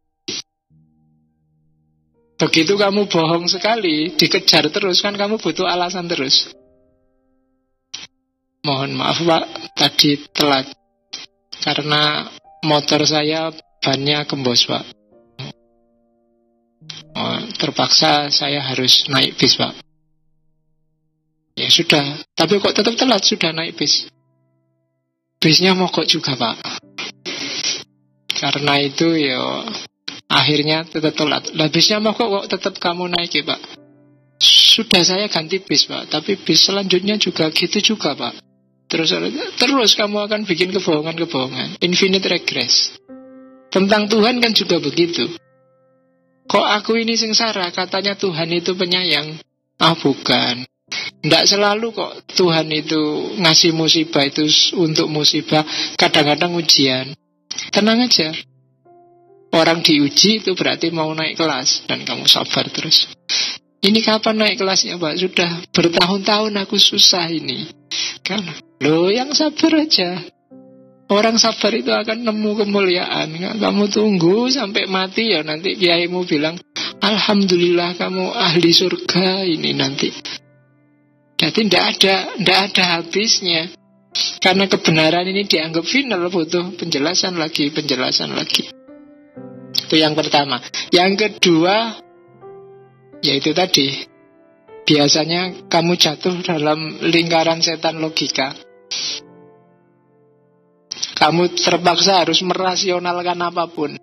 Begitu kamu bohong sekali, dikejar terus, kan kamu butuh alasan terus. Mohon maaf Pak, tadi telat karena motor saya bannya gembos Pak. Oh, terpaksa saya harus naik bis Pak. Ya sudah, tapi kok tetap telat, sudah naik bis. Bisnya mogok juga Pak. Karena itu ya akhirnya tetap telat. Lah bisnya mogok kok tetap kamu naik ya Pak. Sudah saya ganti bis Pak, tapi bis selanjutnya juga gitu juga Pak. Terus terus kamu akan bikin kebohongan-kebohongan. Infinite regress. Tentang Tuhan kan juga begitu. Kok aku ini sengsara, katanya Tuhan itu penyayang. Ah bukan. Tidak selalu kok Tuhan itu ngasih musibah itu untuk musibah. Kadang-kadang ujian. Tenang aja. Orang diuji itu berarti mau naik kelas. Dan kamu sabar terus. Ini kapan naik kelasnya Pak? Sudah bertahun-tahun aku susah ini. Kan? Loh yang sabar aja. Orang sabar itu akan nemu kemuliaan. Kamu tunggu sampai mati ya nanti kiaimu bilang, alhamdulillah kamu ahli surga ini nanti. Jadi tidak ada, tidak ada habisnya. Karena kebenaran ini dianggap final, butuh penjelasan lagi, penjelasan lagi. Itu yang pertama. Yang kedua, yaitu tadi, biasanya kamu jatuh dalam lingkaran setan logika. Kamu terpaksa harus merasionalkan apapun.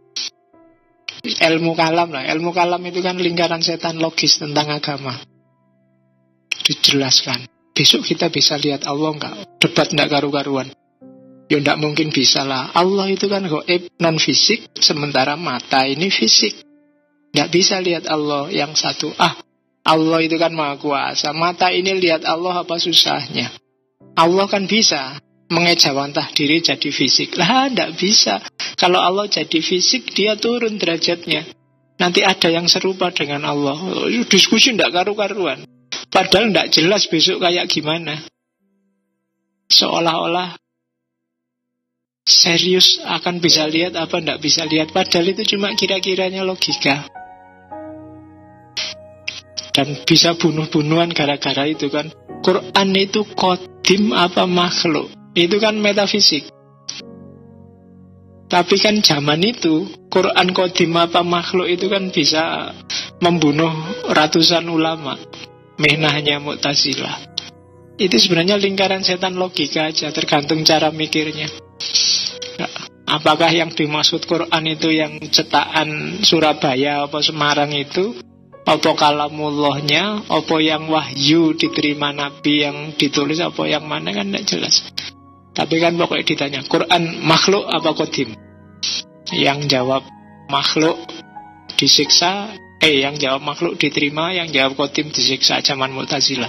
Ilmu kalam lah. Ilmu kalam itu kan lingkaran setan logis tentang agama. Dijelaskan. Besok kita bisa lihat Allah enggak? Debat enggak karu-karuan. Ya enggak mungkin bisa lah. Allah itu kan gaib, non fisik, sementara mata ini fisik. Enggak bisa lihat Allah yang satu. Ah, Allah itu kan maha kuasa. Mata ini lihat Allah apa susahnya? Allah kan bisa mengejawantah diri jadi fisik. Lah, enggak bisa. Kalau Allah jadi fisik, dia turun derajatnya. Nanti ada yang serupa dengan Allah. Diskusi enggak karu-karuan. Padahal tidak jelas besok kayak gimana. Seolah-olah serius akan bisa lihat apa tidak bisa lihat. Padahal itu cuma kira-kiranya logika. Dan bisa bunuh-bunuhan gara-gara itu kan. Quran itu kodim apa makhluk? Itu kan metafisik. Tapi kan zaman itu Quran kodim apa makhluk itu kan bisa membunuh ratusan ulama. Mehnahnya Mu'tazilah. Itu sebenarnya lingkaran setan logika aja, tergantung cara mikirnya. Apakah yang dimaksud Quran itu yang cetakan Surabaya apa Semarang itu, apa kalamullahnya, apa yang wahyu diterima Nabi yang ditulis, apa yang mana, kan tidak jelas. Tapi kan pokoknya ditanya, Quran makhluk apa kodim? Yang jawab makhluk disiksa. Eh, yang jawab makhluk diterima, yang jawab kodim disiksa, zaman Mu'tazilah.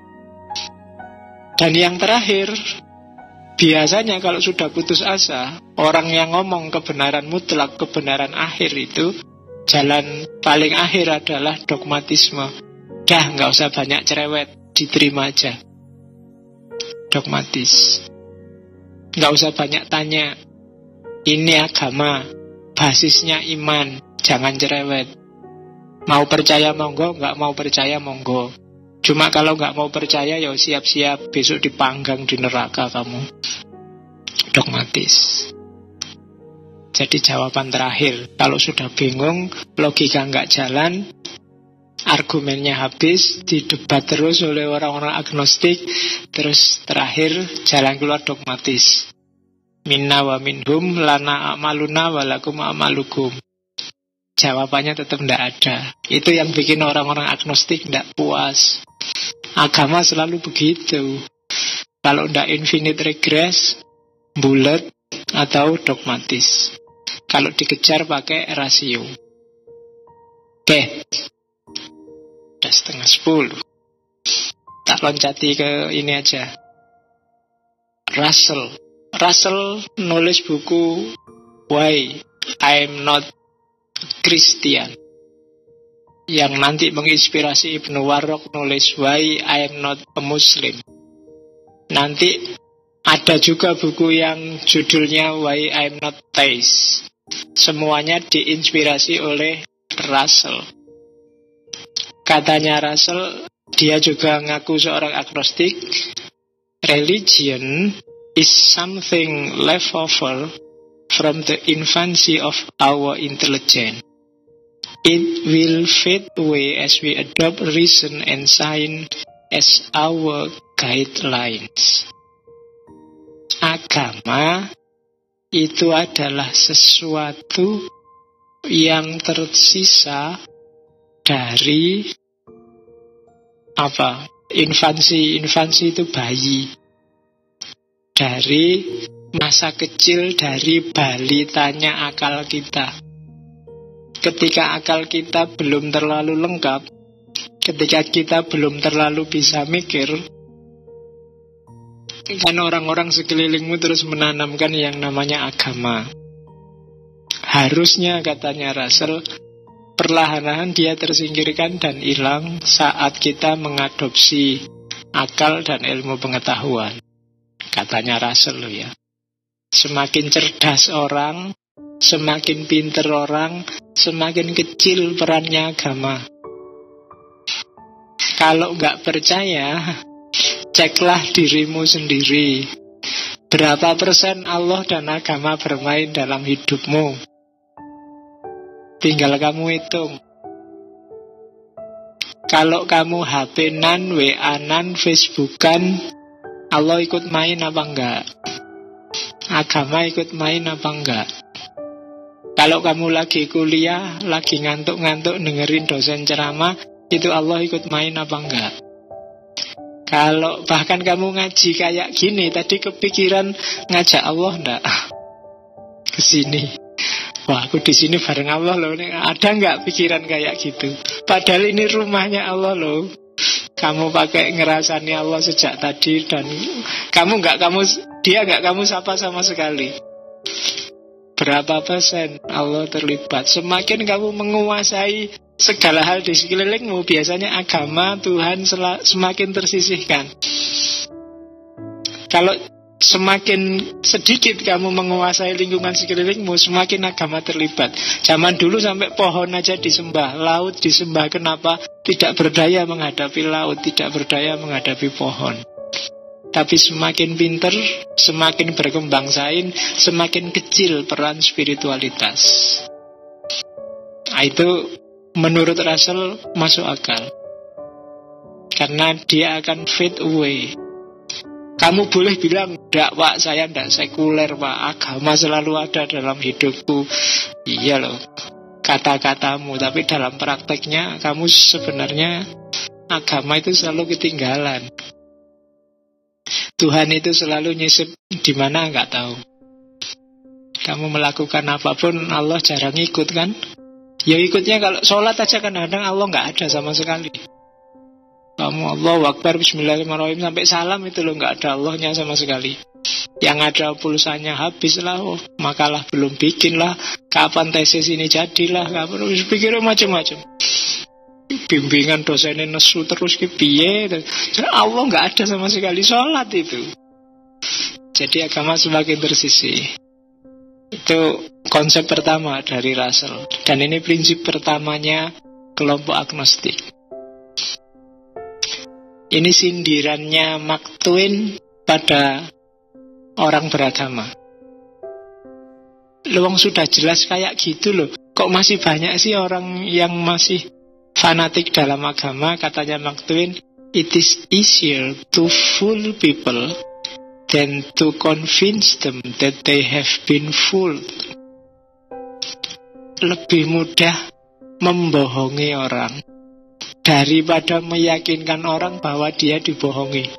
Dan yang terakhir, biasanya kalau sudah putus asa, orang yang ngomong kebenaran mutlak, kebenaran akhir itu, jalan paling akhir adalah dogmatisme. Dah, nggak usah banyak cerewet, diterima aja. Dogmatis. Nggak usah banyak tanya. Ini agama, basisnya iman, jangan cerewet. Mau percaya monggo, nggak mau percaya monggo. Cuma kalau nggak mau percaya, ya siap-siap besok dipanggang di neraka kamu. Dogmatis. Jadi jawaban terakhir, kalau sudah bingung, logika nggak jalan, argumennya habis, didebat terus oleh orang-orang agnostik, terus terakhir jalan keluar dogmatis. Minna wa minhum lana amaluna walakum amalukum. Jawabannya tetap tidak ada. Itu yang bikin orang-orang agnostik tidak puas. Agama selalu begitu. Kalau tidak infinite regress, bulat atau dogmatis. Kalau dikejar pakai rasio. Oke, udah setengah sepuluh. Tak loncati ke ini aja. Russell. Russell nulis buku Why I'm Not Christian, yang nanti menginspirasi Ibnu Warraq nulis Why I am Not a Muslim. Nanti ada juga buku yang judulnya Why I am Not Theist. Semuanya diinspirasi oleh Russell. Katanya Russell, dia juga ngaku seorang agnostik. Religion is something left over from the infancy of our intelligence. It will fade away as we adopt reason and science as our guidelines. Agama itu adalah sesuatu yang tersisa dari apa? Infansi, infansi itu bayi. Dari masa kecil, dari balitanya akal kita. Ketika akal kita belum terlalu lengkap, ketika kita belum terlalu bisa mikir, kan orang-orang sekelilingmu terus menanamkan yang namanya agama. Harusnya, katanya Russell, perlahan-lahan dia tersingkirkan dan hilang saat kita mengadopsi akal dan ilmu pengetahuan. Katanya Russell ya. Semakin cerdas orang, semakin pinter orang, semakin kecil perannya agama. Kalau nggak percaya, Ceklah dirimu sendiri. Berapa persen Allah dan agama bermain dalam hidupmu? Tinggal kamu hitung. Kalau kamu H P-nan, W A-nan, Facebook-an, Allah ikut main apa enggak? Agama ikut main apa enggak? Kalau kamu lagi kuliah, lagi ngantuk-ngantuk dengerin dosen ceramah, itu Allah ikut main apa enggak? Kalau bahkan kamu ngaji kayak gini, tadi kepikiran ngajak Allah enggak? Kesini. Wah, aku di sini bareng Allah loh. Ada nggak pikiran kayak gitu? Padahal ini rumahnya Allah loh. Kamu pakai ngerasani Allah sejak tadi dan kamu nggak kamu dia nggak kamu sapa sama sekali. Berapa persen Allah terlibat? Semakin kamu menguasai segala hal di sekelilingmu, biasanya agama Tuhan semakin tersisihkan. Kalau semakin sedikit kamu menguasai lingkungan sekelilingmu, semakin agama terlibat. Zaman dulu sampai pohon aja disembah, laut disembah. Kenapa? Tidak berdaya menghadapi laut, tidak berdaya menghadapi pohon. Tapi semakin pinter, semakin berkembang sains, semakin kecil peran spiritualitas. Nah, itu menurut Russell masuk akal. Karena dia akan fade away. Kamu boleh bilang, enggak pak, saya enggak sekuler pak, agama selalu ada dalam hidupku. Iya loh, kata-katamu. Tapi dalam prakteknya, kamu sebenarnya agama itu selalu ketinggalan. Tuhan itu selalu nyisip di mana enggak tahu. Kamu melakukan apapun, Allah jarang ikut kan? Ya ikutnya kalau sholat aja kadang-kadang Allah enggak ada sama sekali. Kamu Allahu Akbar, Bismillahirrahmanirrahim sampai salam itu loh, nggak ada Allahnya sama sekali. Yang ada pulsanya habis lah, oh, makalah belum bikin lah, kapan tesis ini jadilah, kapan pikirnya macam-macam. Bimbingan dosennya nesu terus ke piye, Allah nggak ada sama sekali sholat itu. Jadi agama semakin tersisih. Itu konsep pertama dari Russell. Dan ini prinsip pertamanya kelompok agnostik. Ini sindirannya Mark Twain pada orang beragama. Luang sudah jelas kayak gitu loh. Kok masih banyak sih orang yang masih fanatik dalam agama? Katanya Mark Twain, it is easier to fool people than to convince them that they have been fooled. Lebih mudah membohongi orang daripada meyakinkan orang bahwa dia dibohongi.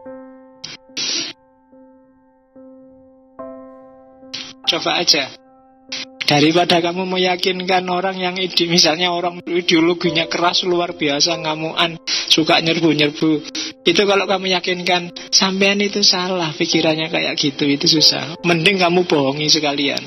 Coba aja. Daripada kamu meyakinkan orang yang ide, misalnya orang ideologinya keras luar biasa, ngamuan, suka nyerbu-nyerbu. Itu kalau kamu yakinkan sampean itu salah, pikirannya kayak gitu, itu susah. Mending kamu bohongi sekalian.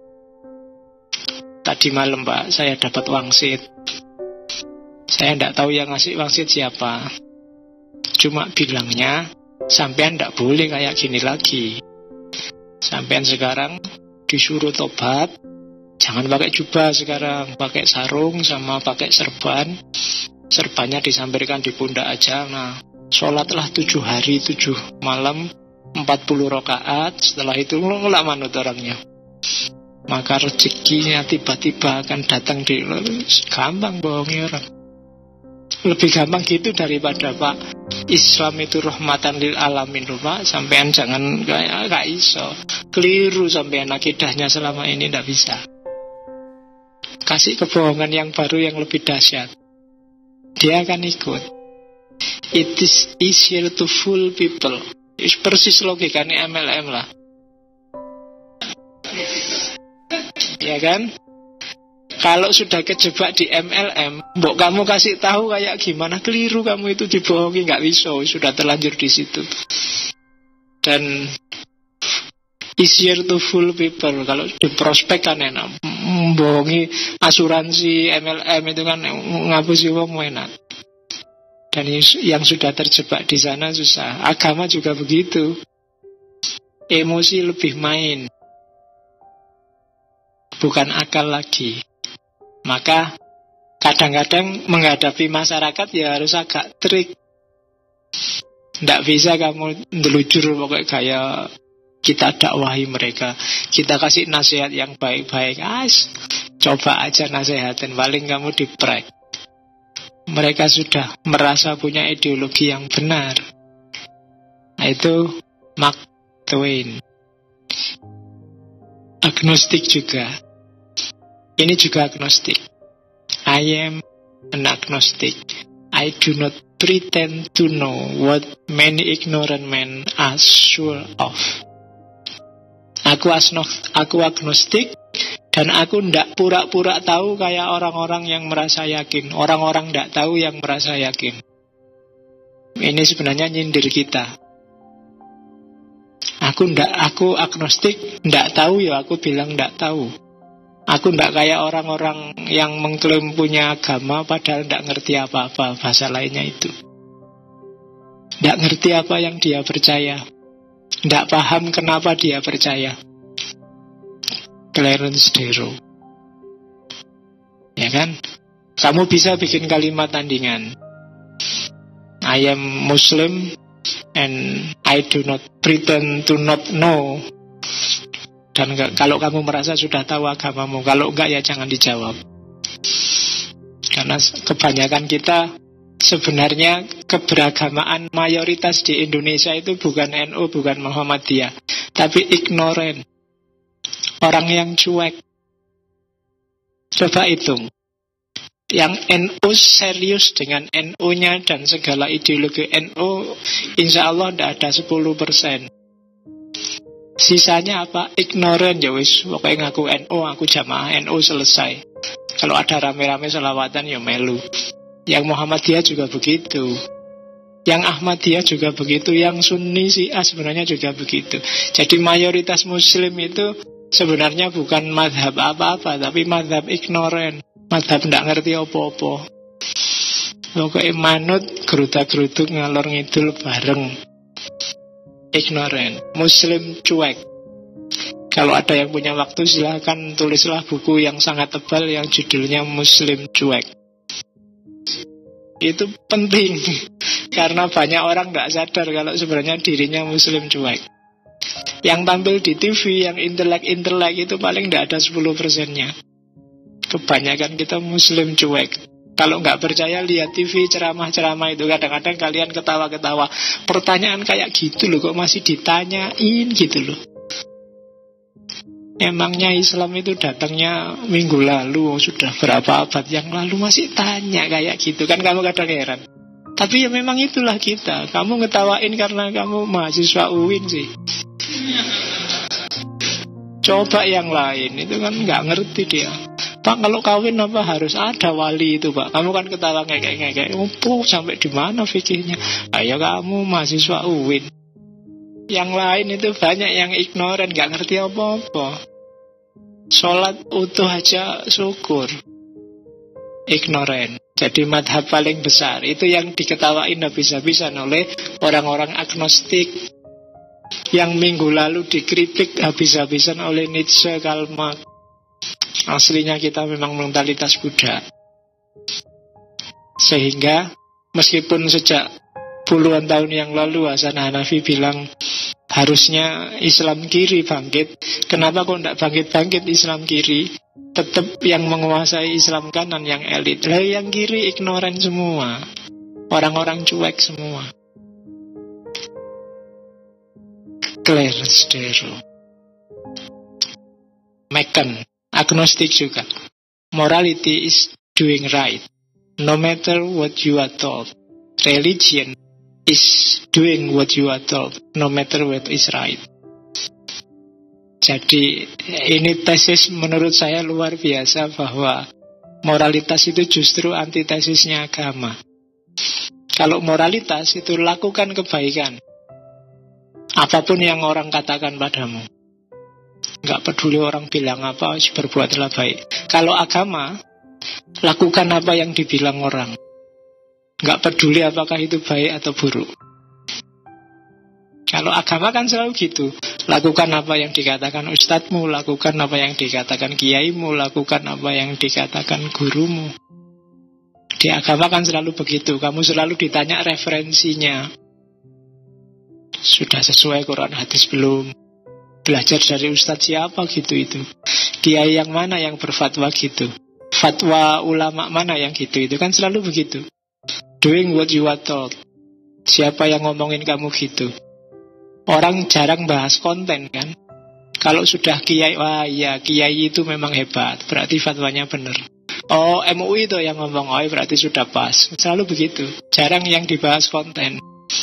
Tadi malam Pak, saya dapat wangsit. Saya tidak tahu yang ngasih wangsit siapa. Cuma bilangnya, sampean tidak boleh kayak gini lagi. Sampean sekarang disuruh tobat. Jangan pakai jubah sekarang, pakai sarung sama pakai serban. Serbannya disampaikan di pundak aja. Nah, sholatlah tujuh hari tujuh malam empat puluh rakaat. Setelah itu ngelak manut orangnya. Maka rezekinya tiba-tiba akan datang di. Gampang bohongi orang. Lebih gampang gitu daripada Pak, Islam itu rahmatan lil alamin loh Pak. Sampean jangan kayak gak iso. Keliru sampean akidahnya selama ini, ndak bisa. Kasih kebohongan yang baru yang lebih dahsyat. Dia akan ikut. It is easier to fool people. It's persis logikanya M L M lah. Ya kan? Kalau sudah kejebak di M L M, mbok kamu kasih tahu kayak gimana, keliru kamu itu dibohongi, nggak bisa, sudah terlanjur di situ. Dan easier to fool people. Kalau di prospek kan enak, membohongi asuransi M L M itu kan ngapusi wong enak. Dan yang sudah terjebak di sana susah. Agama juga begitu. Emosi lebih main, bukan akal lagi. Maka kadang-kadang menghadapi masyarakat ya harus agak trik. Tidak bisa kamu ndelujur pokoknya kayak kita dakwahi mereka, kita kasih nasihat yang baik-baik. Ais, coba aja nasihatin, paling kamu diprek. Mereka sudah merasa punya ideologi yang benar. Nah, itu Mark Twain. Agnostik juga. Ini juga agnostik. I am an agnostic. I do not pretend to know what many ignorant men are sure of. Aku asno, aku agnostik, dan aku ndak pura-pura tahu kayak orang-orang yang merasa yakin. Orang-orang ndak tahu yang merasa yakin. Ini sebenarnya nyindir kita. Aku ndak, aku agnostik, ndak tahu ya aku bilang ndak tahu. Aku ndak kayak orang-orang yang mengklaim punya agama padahal ndak ngerti apa-apa. Bahasa lainnya itu, ndak ngerti apa yang dia percaya, ndak paham kenapa dia percaya. Clarence Darrow. Ya kan? Kamu bisa bikin kalimat tandingan. I am Muslim and I do not pretend to not know. Dan kalau kamu merasa sudah tahu agamamu, kalau enggak ya jangan dijawab. Karena kebanyakan kita sebenarnya keberagamaan mayoritas di Indonesia itu bukan N U, bukan Muhammadiyah, tapi ignoran. Orang yang cuek. Coba hitung. Yang N U serius dengan N U-nya dan segala ideologi N U, insya Allah tidak ada sepuluh persen. Sisanya apa? Ignoran, ya wis. Pokoknya ngaku N U, aku jamaah N U, selesai. Kalau ada rame-rame selawatan ya melu. Yang Muhammadiyah juga begitu. Yang Ahmadiyah juga begitu. Yang Sunni Syiah sebenarnya juga begitu. Jadi mayoritas Muslim itu sebenarnya bukan madhab apa-apa, tapi madhab ignoran. Madhab tidak ngerti apa-apa. Pokoknya manut geruda-geruduk ngalor ngidul bareng. Ignoran. Muslim cuek. Kalau ada yang punya waktu silahkan tulislah buku yang sangat tebal yang judulnya Muslim Cuek. Itu penting. Karena banyak orang gak sadar kalau sebenarnya dirinya Muslim cuek. Yang tampil di T V, yang intelek-intelek itu paling gak ada sepuluh persennya. Kebanyakan kita Muslim cuek. Kalau nggak percaya lihat T V ceramah-ceramah itu. Kadang-kadang kalian ketawa-ketawa. Pertanyaan kayak gitu loh kok masih ditanyain gitu loh. Emangnya Islam itu datangnya minggu lalu, sudah berapa abad yang lalu masih tanya kayak gitu. Kan kamu kadang heran. Tapi ya memang itulah kita. Kamu ngetawain karena kamu mahasiswa U I N sih. Coba yang lain itu kan nggak ngerti dia. Pak, kalau kawin apa harus ada wali itu, Pak? Kamu kan ketawa ngekek-ngekek. Oh, sampai di mana fikirnya? Ayo kamu mahasiswa U I N. Yang lain itu banyak yang ignoran, gak ngerti apa-apa. Sholat utuh aja syukur. Ignoran. Jadi madhab paling besar itu yang diketawain habis-habisan oleh orang-orang agnostik. Yang minggu lalu dikritik habis-habisan oleh Nietzsche, Karl Marx. Aslinya kita memang mentalitas Buddha. Sehingga meskipun sejak puluhan tahun yang lalu Hasan Hanafi bilang harusnya Islam kiri bangkit, kenapa kok tidak bangkit-bangkit Islam kiri? Tetap yang menguasai Islam kanan yang elit. Lah yang kiri ignoran semua. Orang-orang cuek semua. Clarence Darrow. Macon, agnostik juga. Morality is doing right, no matter what you are told. Religion is doing what you are told, no matter what is right. Jadi ini tesis menurut saya luar biasa, bahwa moralitas itu justru antitesisnya agama. Kalau moralitas itu lakukan kebaikan, apapun yang orang katakan padamu, nggak peduli orang bilang apa, berbuatlah baik. Kalau agama, lakukan apa yang dibilang orang, nggak peduli apakah itu baik atau buruk. Kalau agama kan selalu gitu. Lakukan apa yang dikatakan ustadzmu, lakukan apa yang dikatakan kiaimu, lakukan apa yang dikatakan gurumu. Di agama kan selalu begitu. Kamu selalu ditanya referensinya. Sudah sesuai Quran hadis belum? Belajar dari ustadz siapa gitu itu? Kiai yang mana yang berfatwa gitu? Fatwa ulama mana yang gitu? Itu kan selalu begitu. Doing what you are told. Siapa yang ngomongin kamu gitu? Orang jarang bahas konten kan? Kalau sudah kiai, wah iya kiai itu memang hebat, berarti fatwanya benar. Oh M U I itu yang ngomong, oh berarti sudah pas. Selalu begitu. Jarang yang dibahas konten.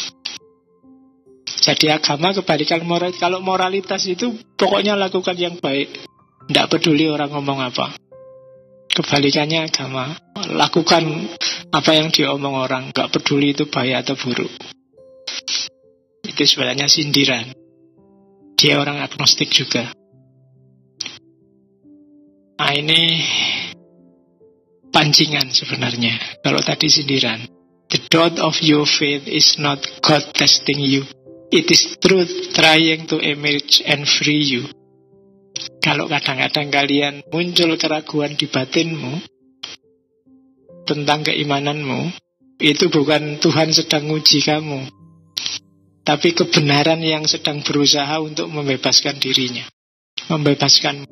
Jadi agama kebalikan moral. Kalau moralitas itu pokoknya lakukan yang baik, tidak peduli orang ngomong apa. Kebalikannya agama, lakukan apa yang diomong orang, gak peduli itu baik atau buruk. Itu sebenarnya sindiran. Dia orang agnostik juga. Nah ini pancingan sebenarnya. Kalau tadi sindiran, the dot of your faith is not God testing you, it is truth trying to emerge and free you. Kalau kadang-kadang kalian muncul keraguan di batinmu tentang keimananmu, itu bukan Tuhan sedang uji kamu, tapi kebenaran yang sedang berusaha untuk membebaskan dirinya, membebaskan.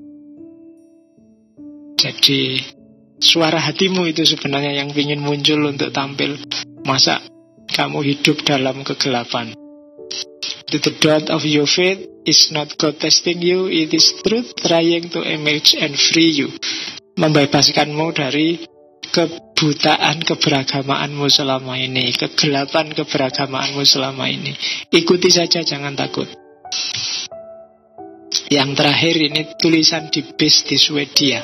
Jadi suara hatimu itu sebenarnya yang ingin muncul untuk tampil. Masa kamu hidup dalam kegelapan? The dot of your faith is not God testing you, it is truth trying to emerge and free you. Membebaskanmu dari kebutaan keberagamaanmu selama ini, kegelapan keberagamaanmu selama ini. Ikuti saja, jangan takut. Yang terakhir ini tulisan di base di Swedia.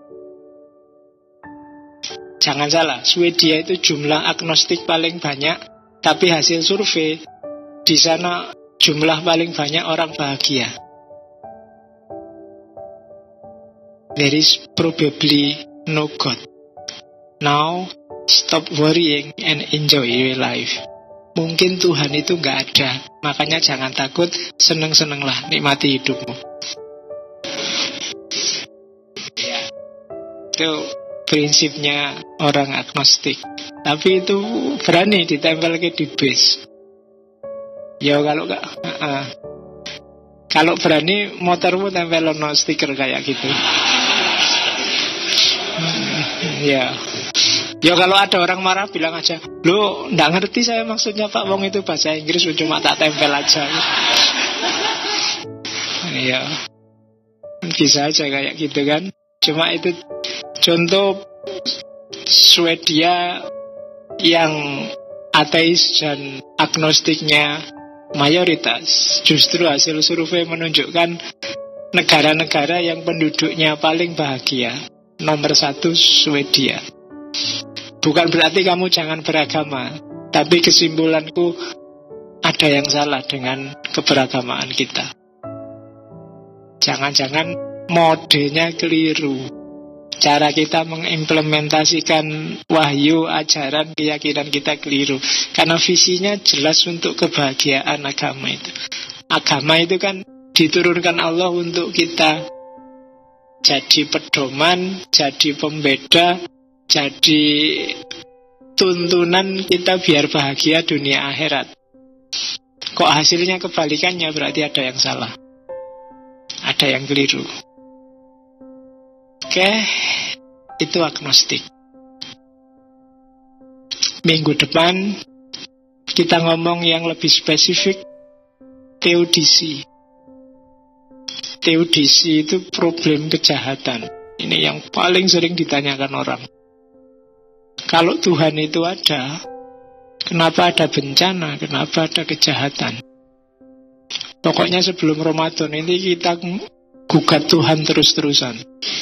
Jangan salah, Swedia itu jumlah agnostik paling banyak, tapi hasil survei di sana jumlah paling banyak orang bahagia. There is probably no God. Now, stop worrying and enjoy your life. Mungkin Tuhan itu gak ada, makanya jangan takut, seneng-senenglah, nikmati hidupmu. Ya, itu prinsipnya orang agnostik. Tapi itu berani ditempel ke di base. Ya kalau gak uh, uh. Kalau berani motormu tempel no stiker kayak gitu. hmm, Ya Ya kalau ada orang marah bilang aja, "Loh, nggak ngerti saya maksudnya Pak, wong itu bahasa Inggris, cuma tak tempel aja." Ya bisa aja kayak gitu kan. Cuma itu contoh Swedia yang ateis dan agnostiknya mayoritas. Justru hasil survei menunjukkan negara-negara yang penduduknya paling bahagia, nomor satu Swedia. Bukan berarti kamu jangan beragama, tapi kesimpulanku ada yang salah dengan keberagamaan kita. Jangan-jangan modenya keliru, cara kita mengimplementasikan wahyu, ajaran, keyakinan kita keliru. Karena visinya jelas untuk kebahagiaan agama itu. Agama itu kan diturunkan Allah untuk kita jadi pedoman, jadi pembeda, jadi tuntunan kita biar bahagia dunia akhirat. Kok hasilnya kebalikannya, berarti ada yang salah, ada yang keliru. Oke, itu agnostik. Minggu depan kita ngomong yang lebih spesifik, teodisi. Teodisi itu problem kejahatan. Ini yang paling sering ditanyakan orang. Kalau Tuhan itu ada, kenapa ada bencana? Kenapa ada kejahatan? Pokoknya sebelum Ramadan ini kita gugat Tuhan terus-terusan.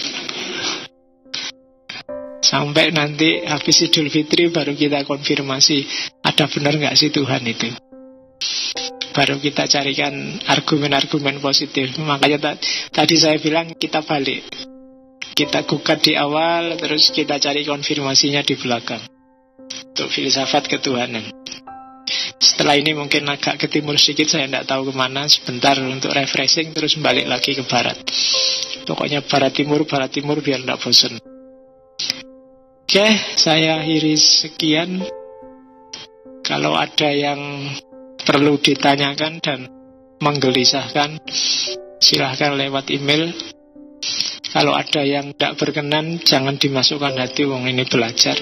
Sampai nanti habis Idul Fitri baru kita konfirmasi, ada benar gak sih Tuhan itu? Baru kita carikan argumen-argumen positif. Makanya tadi saya bilang kita balik. Kita gugat di awal, terus kita cari konfirmasinya di belakang. Untuk filsafat ketuhanan. Setelah ini mungkin agak ke timur sedikit, saya tidak tahu kemana. Sebentar untuk refreshing, terus balik lagi ke barat. Pokoknya barat timur, barat timur biar tidak bosan. Oke, saya akhiri sekian. Kalau ada yang perlu ditanyakan dan menggelisahkan, silahkan lewat email. Kalau ada yang tidak berkenan, jangan dimasukkan hati, wong ini belajar.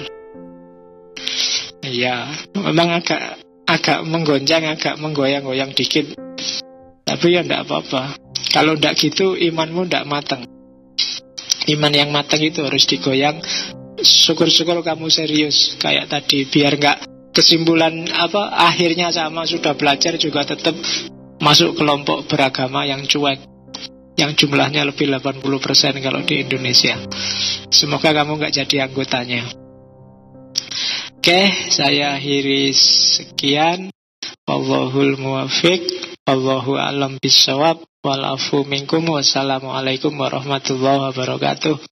Ya, memang agak agak menggoncang, agak menggoyang-goyang dikit, tapi ya tidak apa-apa. Kalau tidak gitu, imanmu tidak matang. Iman yang matang itu harus digoyang. Syukur-syukur kamu serius kayak tadi, biar nggak kesimpulan apa akhirnya sama, sudah belajar juga tetap masuk kelompok beragama yang cuek, yang jumlahnya lebih delapan puluh persen kalau di Indonesia. Semoga kamu nggak jadi anggotanya. Oke, saya akhiri sekian. Wallahul muwaffiq, wallahu a'lam bishawab, wal afu minkum, wassalamualaikum warahmatullahi wabarakatuh.